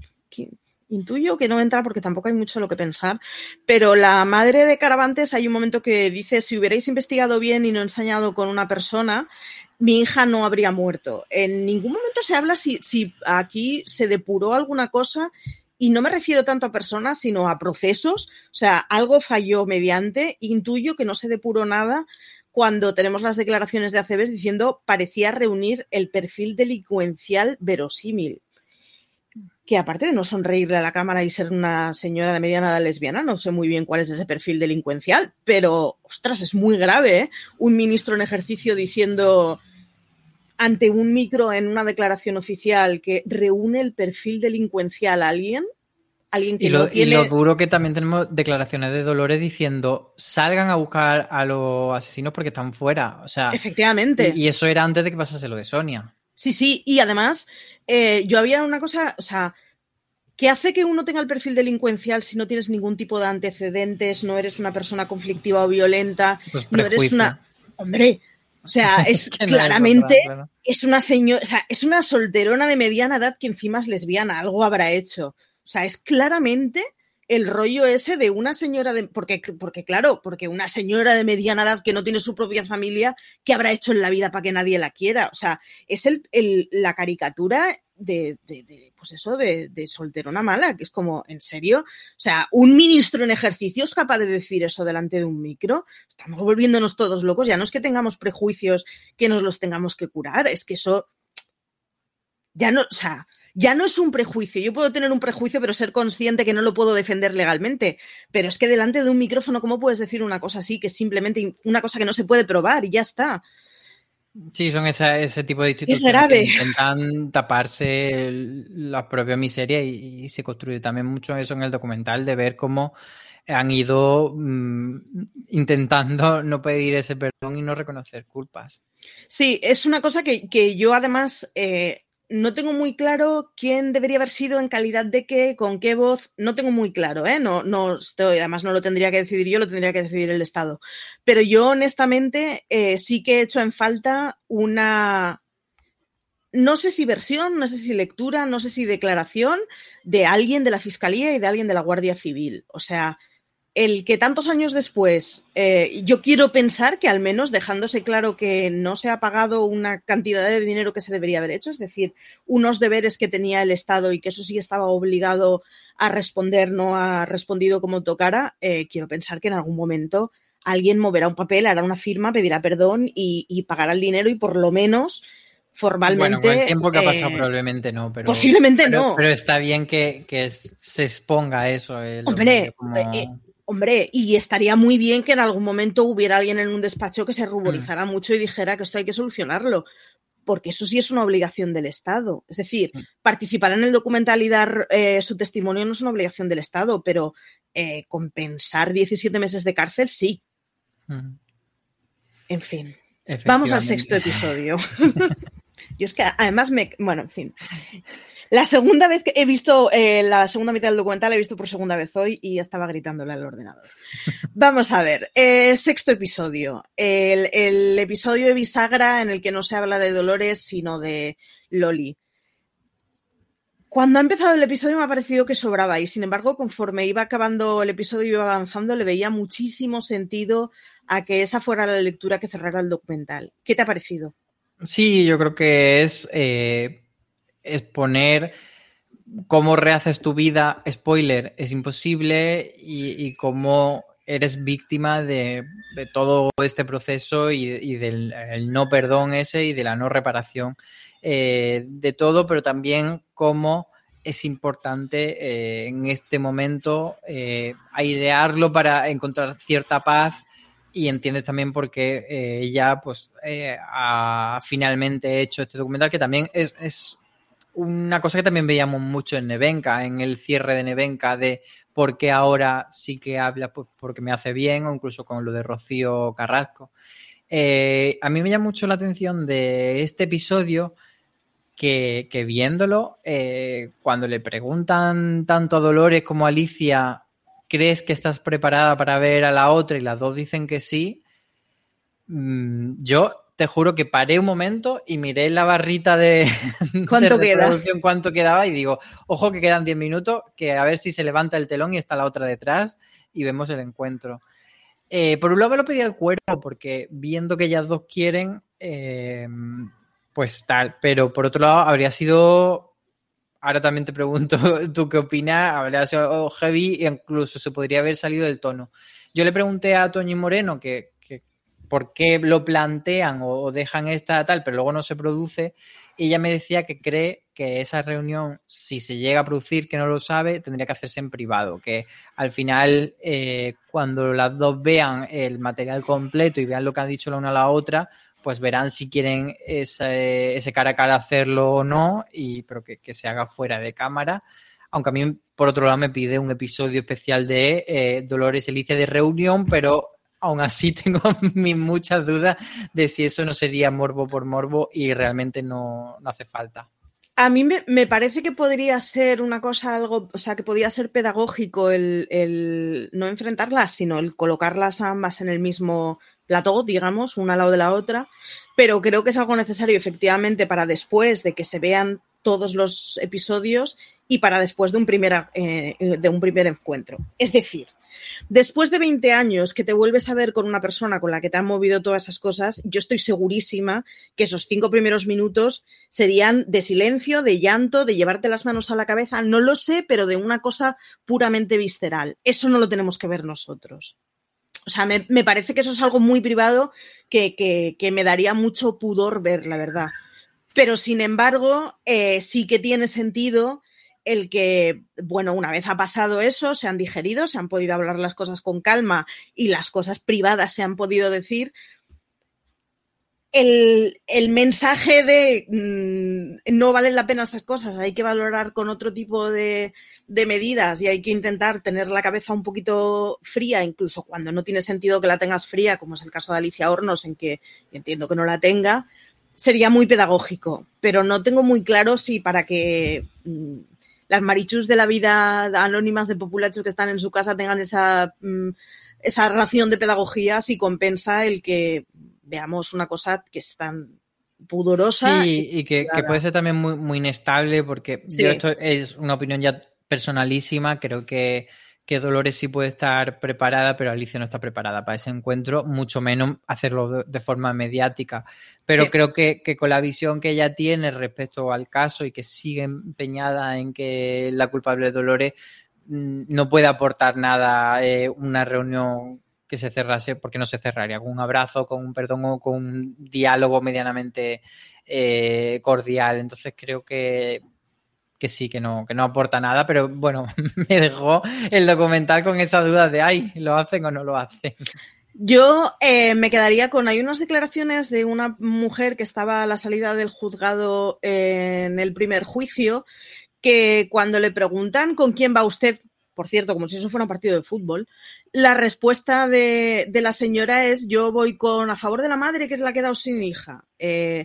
intuyo que no entra porque tampoco hay mucho lo que pensar, pero la madre de Caravantes, hay un momento que dice: si hubierais investigado bien y no ensañado con una persona, mi hija no habría muerto. En ningún momento se habla si, si aquí se depuró alguna cosa, y no me refiero tanto a personas, sino a procesos. O sea, algo falló mediante, intuyo que no se depuró nada cuando tenemos las declaraciones de Aceves diciendo parecía reunir el perfil delincuencial verosímil. Que aparte de no sonreírle a la cámara y ser una señora de mediana edad lesbiana, no sé muy bien cuál es ese perfil delincuencial, pero, ostras, es muy grave, ¿eh? Un ministro en ejercicio diciendo ante un micro en una declaración oficial que reúne el perfil delincuencial a alguien, alguien que y lo, no tiene... Y lo duro que también tenemos declaraciones de Dolores diciendo: salgan a buscar a los asesinos porque están fuera. O sea, efectivamente. Y, y eso era antes de que pasase lo de Sonia. Sí, sí, y además eh, yo había una cosa, o sea, ¿qué hace que uno tenga el perfil delincuencial si no tienes ningún tipo de antecedentes, no eres una persona conflictiva o violenta, pues no eres una... Hombre, o sea, es, es que claramente no es, claro. es una señora, o sea, es una solterona de mediana edad que encima es lesbiana, algo habrá hecho. O sea, es claramente el rollo ese de una señora de... Porque, porque claro, porque una señora de mediana edad que no tiene su propia familia, ¿qué habrá hecho en la vida para que nadie la quiera? O sea, es el, el, la caricatura de, de, de pues eso, de, de solterona mala, que es como, ¿en serio? O sea, un ministro en ejercicio es capaz de decir eso delante de un micro. Estamos volviéndonos todos locos. Ya no es que tengamos prejuicios que nos los tengamos que curar, es que eso... Ya no, o sea... Ya no es un prejuicio, yo puedo tener un prejuicio pero ser consciente que no lo puedo defender legalmente, pero es que delante de un micrófono, ¿cómo puedes decir una cosa así, que es simplemente una cosa que no se puede probar y ya está? Sí, son esa, ese tipo de instituciones que intentan taparse el, la propia miseria, y, y se construye también mucho eso en el documental, de ver cómo han ido mmm, intentando no pedir ese perdón y no reconocer culpas. Sí, es una cosa que, que yo además... Eh, no tengo muy claro quién debería haber sido, en calidad de qué, con qué voz, no tengo muy claro, ¿eh? No, no estoy, además no lo tendría que decidir yo, lo tendría que decidir el Estado. Pero yo honestamente eh, sí que he hecho en falta una, no sé si versión, no sé si lectura, no sé si declaración de alguien de la Fiscalía y de alguien de la Guardia Civil. O sea, el que tantos años después, eh, yo quiero pensar que al menos dejándose claro que no se ha pagado una cantidad de dinero que se debería haber hecho, es decir, unos deberes que tenía el Estado y que eso sí estaba obligado a responder, no ha respondido como tocara, eh, quiero pensar que en algún momento alguien moverá un papel, hará una firma, pedirá perdón y, y pagará el dinero y por lo menos... formalmente... Bueno, con el tiempo que ha pasado eh, probablemente no, pero... Posiblemente pero, no. Pero está bien que, que se exponga eso. Eh, Hombre, como... eh, hombre, y estaría muy bien que en algún momento hubiera alguien en un despacho que se ruborizara mm. mucho y dijera que esto hay que solucionarlo, porque eso sí es una obligación del Estado. Es decir, mm. participar en el documental y dar eh, su testimonio no es una obligación del Estado, pero eh, compensar diecisiete meses de cárcel sí. Mm. En fin, vamos al sexto episodio. Yo es que además me... Bueno, en fin. La segunda vez que he visto, eh, la segunda mitad del documental, he visto por segunda vez hoy y estaba gritándole al ordenador. Vamos a ver, eh, sexto episodio. El, el episodio de bisagra en el que no se habla de Dolores, sino de Loli. Cuando ha empezado el episodio me ha parecido que sobraba y, sin embargo, conforme iba acabando el episodio y iba avanzando, le veía muchísimo sentido a que esa fuera la lectura que cerrara el documental. ¿Qué te ha parecido? Sí, yo creo que es eh, exponer cómo rehaces tu vida, spoiler, es imposible, y, y cómo eres víctima de, de todo este proceso y, y del el no perdón ese y de la no reparación eh, de todo, pero también cómo es importante eh, en este momento eh, airearlo para encontrar cierta paz. Y entiendes también por qué eh, ella pues, eh, ha finalmente hecho este documental, que también es, es una cosa que también veíamos mucho en Nevenka, en el cierre de Nevenka, de por qué ahora sí que habla, pues porque me hace bien, o incluso con lo de Rocío Carrasco. Eh, a mí me llama mucho la atención de este episodio que, que viéndolo, eh, cuando le preguntan tanto a Dolores como a Alicia, ¿crees que estás preparada para ver a la otra? Y las dos dicen que sí. Yo te juro que paré un momento y miré la barrita de, ¿Cuánto de queda? reproducción, cuánto quedaba, y digo, ojo que quedan diez minutos, que a ver si se levanta el telón y está la otra detrás y vemos el encuentro. Eh, por un lado me lo pedía el cuerpo, porque viendo que ellas dos quieren, eh, pues tal, pero por otro lado habría sido... Ahora también te pregunto, ¿tú qué opinas? Habría sido heavy e incluso se podría haber salido del tono. Yo le pregunté a Toñi Moreno que, que por qué lo plantean o, o dejan esta tal, pero luego no se produce. Y ella me decía que cree que esa reunión, si se llega a producir, que no lo sabe, tendría que hacerse en privado. Que al final, eh, cuando las dos vean el material completo y vean lo que han dicho la una a la otra, pues verán si quieren ese, ese cara a cara hacerlo o no, y, pero que, que se haga fuera de cámara. Aunque a mí, por otro lado, me pide un episodio especial de eh, Dolores Alicia de reunión, pero aún así tengo mis muchas dudas de si eso no sería morbo por morbo y realmente no, no hace falta. A mí me, me parece que podría ser una cosa algo, o sea, que podría ser pedagógico el, el no enfrentarlas, sino el colocarlas ambas en el mismo plató, digamos, una al lado de la otra, pero creo que es algo necesario efectivamente para después de que se vean todos los episodios y para después de un primer, eh, de un primer encuentro. Es decir, después de veinte años que te vuelves a ver con una persona con la que te han movido todas esas cosas, yo estoy segurísima que esos cinco primeros minutos serían de silencio, de llanto, de llevarte las manos a la cabeza, no lo sé, pero de una cosa puramente visceral. Eso no lo tenemos que ver nosotros. O sea, me, me parece que eso es algo muy privado que, que, que me daría mucho pudor ver, la verdad. Pero, sin embargo, eh, sí que tiene sentido el que, bueno, una vez ha pasado eso, se han digerido, se han podido hablar las cosas con calma y las cosas privadas se han podido decir. El, el mensaje de mmm, no valen la pena estas cosas, hay que valorar con otro tipo de, de medidas y hay que intentar tener la cabeza un poquito fría, incluso cuando no tiene sentido que la tengas fría, como es el caso de Alicia Hornos, en que entiendo que no la tenga, sería muy pedagógico, pero no tengo muy claro si para que mmm, las marichus de la vida anónimas de populachos que están en su casa tengan esa, mmm, esa ración de pedagogía, si compensa el que veamos una cosa que es tan pudorosa. Sí, y que, que puede ser también muy, muy inestable, porque sí. Yo esto es una opinión ya personalísima, creo que, que Dolores sí puede estar preparada, pero Alicia no está preparada para ese encuentro, mucho menos hacerlo de, de forma mediática. Pero sí. Creo que, que con la visión que ella tiene respecto al caso y que sigue empeñada en que la culpable es Dolores, no puede aportar nada eh, una reunión que se cerrase, porque no se cerraría con un abrazo, con un perdón o con un diálogo medianamente eh, cordial. Entonces creo que, que sí, que no, que no aporta nada, pero bueno, me dejó el documental con esa duda de, ay, ¿lo hacen o no lo hacen? Yo eh, me quedaría con, hay unas declaraciones de una mujer que estaba a la salida del juzgado eh, en el primer juicio, que cuando le preguntan con quién va usted, por cierto, como si eso fuera un partido de fútbol, la respuesta de, de la señora es: yo voy con a favor de la madre, que es la que ha quedado sin hija. Eh,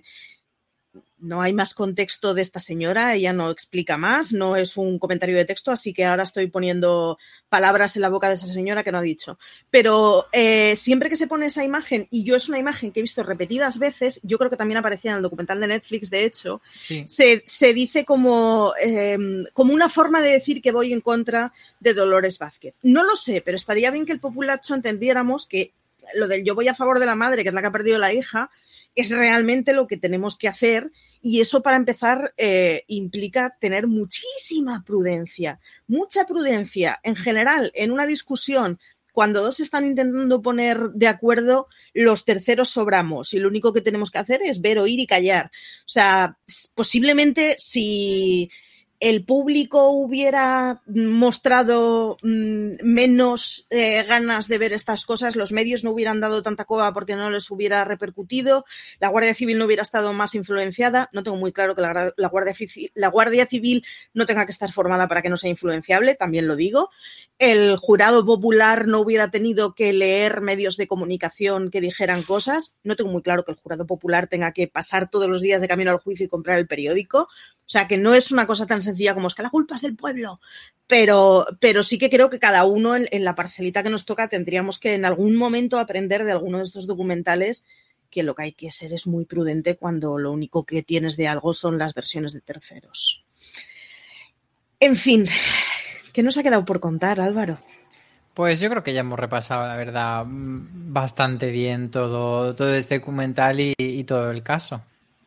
no hay más contexto de esta señora, ella no explica más, no es un comentario de texto, así que ahora estoy poniendo palabras en la boca de esa señora que no ha dicho. Pero eh, siempre que se pone esa imagen, y yo es una imagen que he visto repetidas veces, yo creo que también aparecía en el documental de Netflix, de hecho, sí. se, se dice como, eh, como una forma de decir que voy en contra de Dolores Vázquez. No lo sé, pero estaría bien que el populacho entendiéramos que lo del yo voy a favor de la madre, que es la que ha perdido la hija, es realmente lo que tenemos que hacer, y eso, para empezar, eh, implica tener muchísima prudencia, mucha prudencia en general en una discusión. Cuando dos están intentando poner de acuerdo, los terceros sobramos y lo único que tenemos que hacer es ver, oír y callar. O sea, posiblemente si el público hubiera mostrado mmm, menos eh, ganas de ver estas cosas, los medios no hubieran dado tanta coba porque no les hubiera repercutido, la Guardia Civil no hubiera estado más influenciada. No tengo muy claro que la, la, Guardia, la Guardia Civil no tenga que estar formada para que no sea influenciable, también lo digo. El jurado popular no hubiera tenido que leer medios de comunicación que dijeran cosas. No tengo muy claro que el jurado popular tenga que pasar todos los días de camino al juicio y comprar el periódico. O sea, que no es una cosa tan sencilla como es que la culpa es del pueblo, pero, pero sí que creo que cada uno en, en la parcelita que nos toca tendríamos que en algún momento aprender de alguno de estos documentales que lo que hay que ser es muy prudente cuando lo único que tienes de algo son las versiones de terceros. En fin, ¿qué nos ha quedado por contar, Álvaro? Pues yo creo que ya hemos repasado, la verdad, bastante bien todo, todo este documental y, y todo el caso.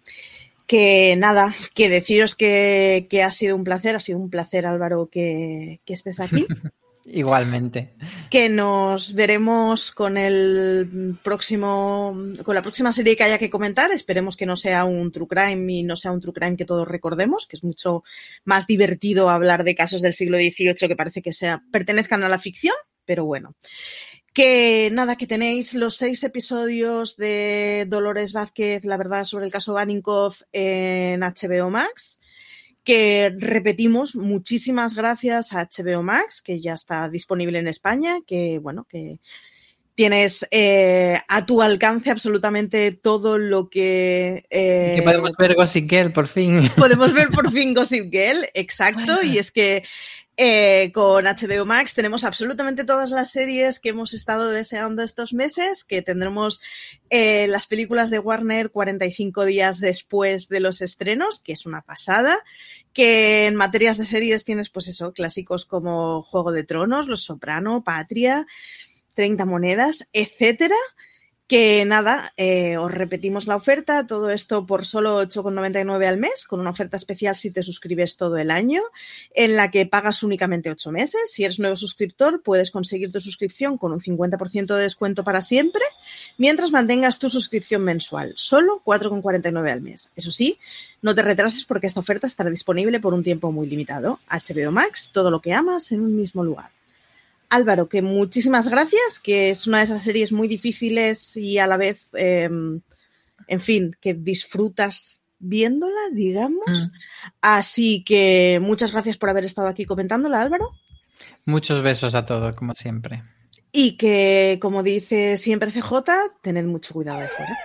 Que nada, que deciros que, que ha sido un placer, ha sido un placer, Álvaro, que, que estés aquí. Igualmente. Que nos veremos con el próximo, con la próxima serie que haya que comentar. Esperemos que no sea un true crime y no sea un true crime que todos recordemos, que es mucho más divertido hablar de casos del siglo dieciocho que parece que sea, pertenezcan a la ficción, pero bueno. Que nada, que tenéis los seis episodios de Dolores Vázquez, la verdad, sobre el caso Baninkoff en H B O Max. Que repetimos, muchísimas gracias a H B O Max, que ya está disponible en España, que bueno, que tienes eh, a tu alcance absolutamente todo lo que... Eh, que podemos ver Gossip Girl, por fin. Podemos ver por fin Gossip Girl, exacto, y es que Eh, con H B O Max tenemos absolutamente todas las series que hemos estado deseando estos meses, que tendremos eh, las películas de Warner cuarenta y cinco días después de los estrenos, que es una pasada, que en materias de series tienes pues eso, clásicos como Juego de Tronos, Los Soprano, Patria, treinta monedas, etcétera. Que nada, eh, os repetimos la oferta, todo esto por solo ocho con noventa y nueve al mes, con una oferta especial si te suscribes todo el año, en la que pagas únicamente ocho meses. Si eres nuevo suscriptor, puedes conseguir tu suscripción con un cincuenta por ciento de descuento para siempre, mientras mantengas tu suscripción mensual, solo cuatro con cuarenta y nueve al mes. Eso sí, no te retrases porque esta oferta estará disponible por un tiempo muy limitado. H B O Max, todo lo que amas en un mismo lugar. Álvaro, que muchísimas gracias, que es una de esas series muy difíciles y a la vez, eh, en fin, que disfrutas viéndola, digamos. Mm. Así que muchas gracias por haber estado aquí comentándola, Álvaro. Muchos besos a todos, como siempre. Y que, como dice siempre C J, tened mucho cuidado de fuera.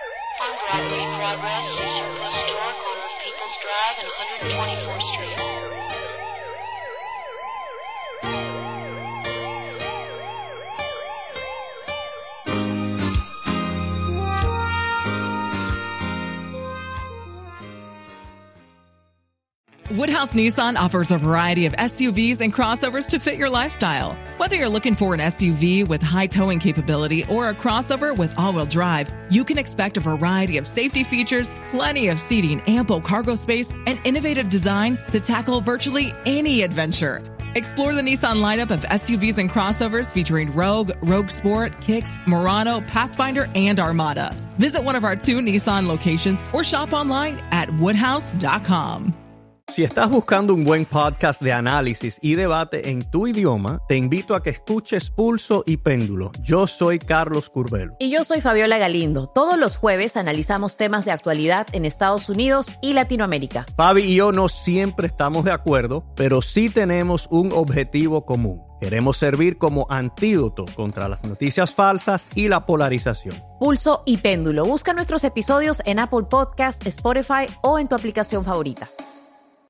Woodhouse Nissan offers a variety of S U Vs and crossovers to fit your lifestyle. Whether you're looking for an S U V with high towing capability or a crossover with all-wheel drive, you can expect a variety of safety features, plenty of seating, ample cargo space, and innovative design to tackle virtually any adventure. Explore the Nissan lineup of S U Vs and crossovers featuring Rogue, Rogue Sport, Kicks, Murano, Pathfinder, and Armada. Visit one of our two Nissan locations or shop online at woodhouse dot com. Si estás buscando un buen podcast de análisis y debate en tu idioma, te invito a que escuches Pulso y Péndulo. Yo soy Carlos Curbelo. Y yo soy Fabiola Galindo. Todos los jueves analizamos temas de actualidad en Estados Unidos y Latinoamérica. Fabi y yo no siempre estamos de acuerdo, pero sí tenemos un objetivo común. Queremos servir como antídoto contra las noticias falsas y la polarización. Pulso y Péndulo. Busca nuestros episodios en Apple Podcasts, Spotify o en tu aplicación favorita.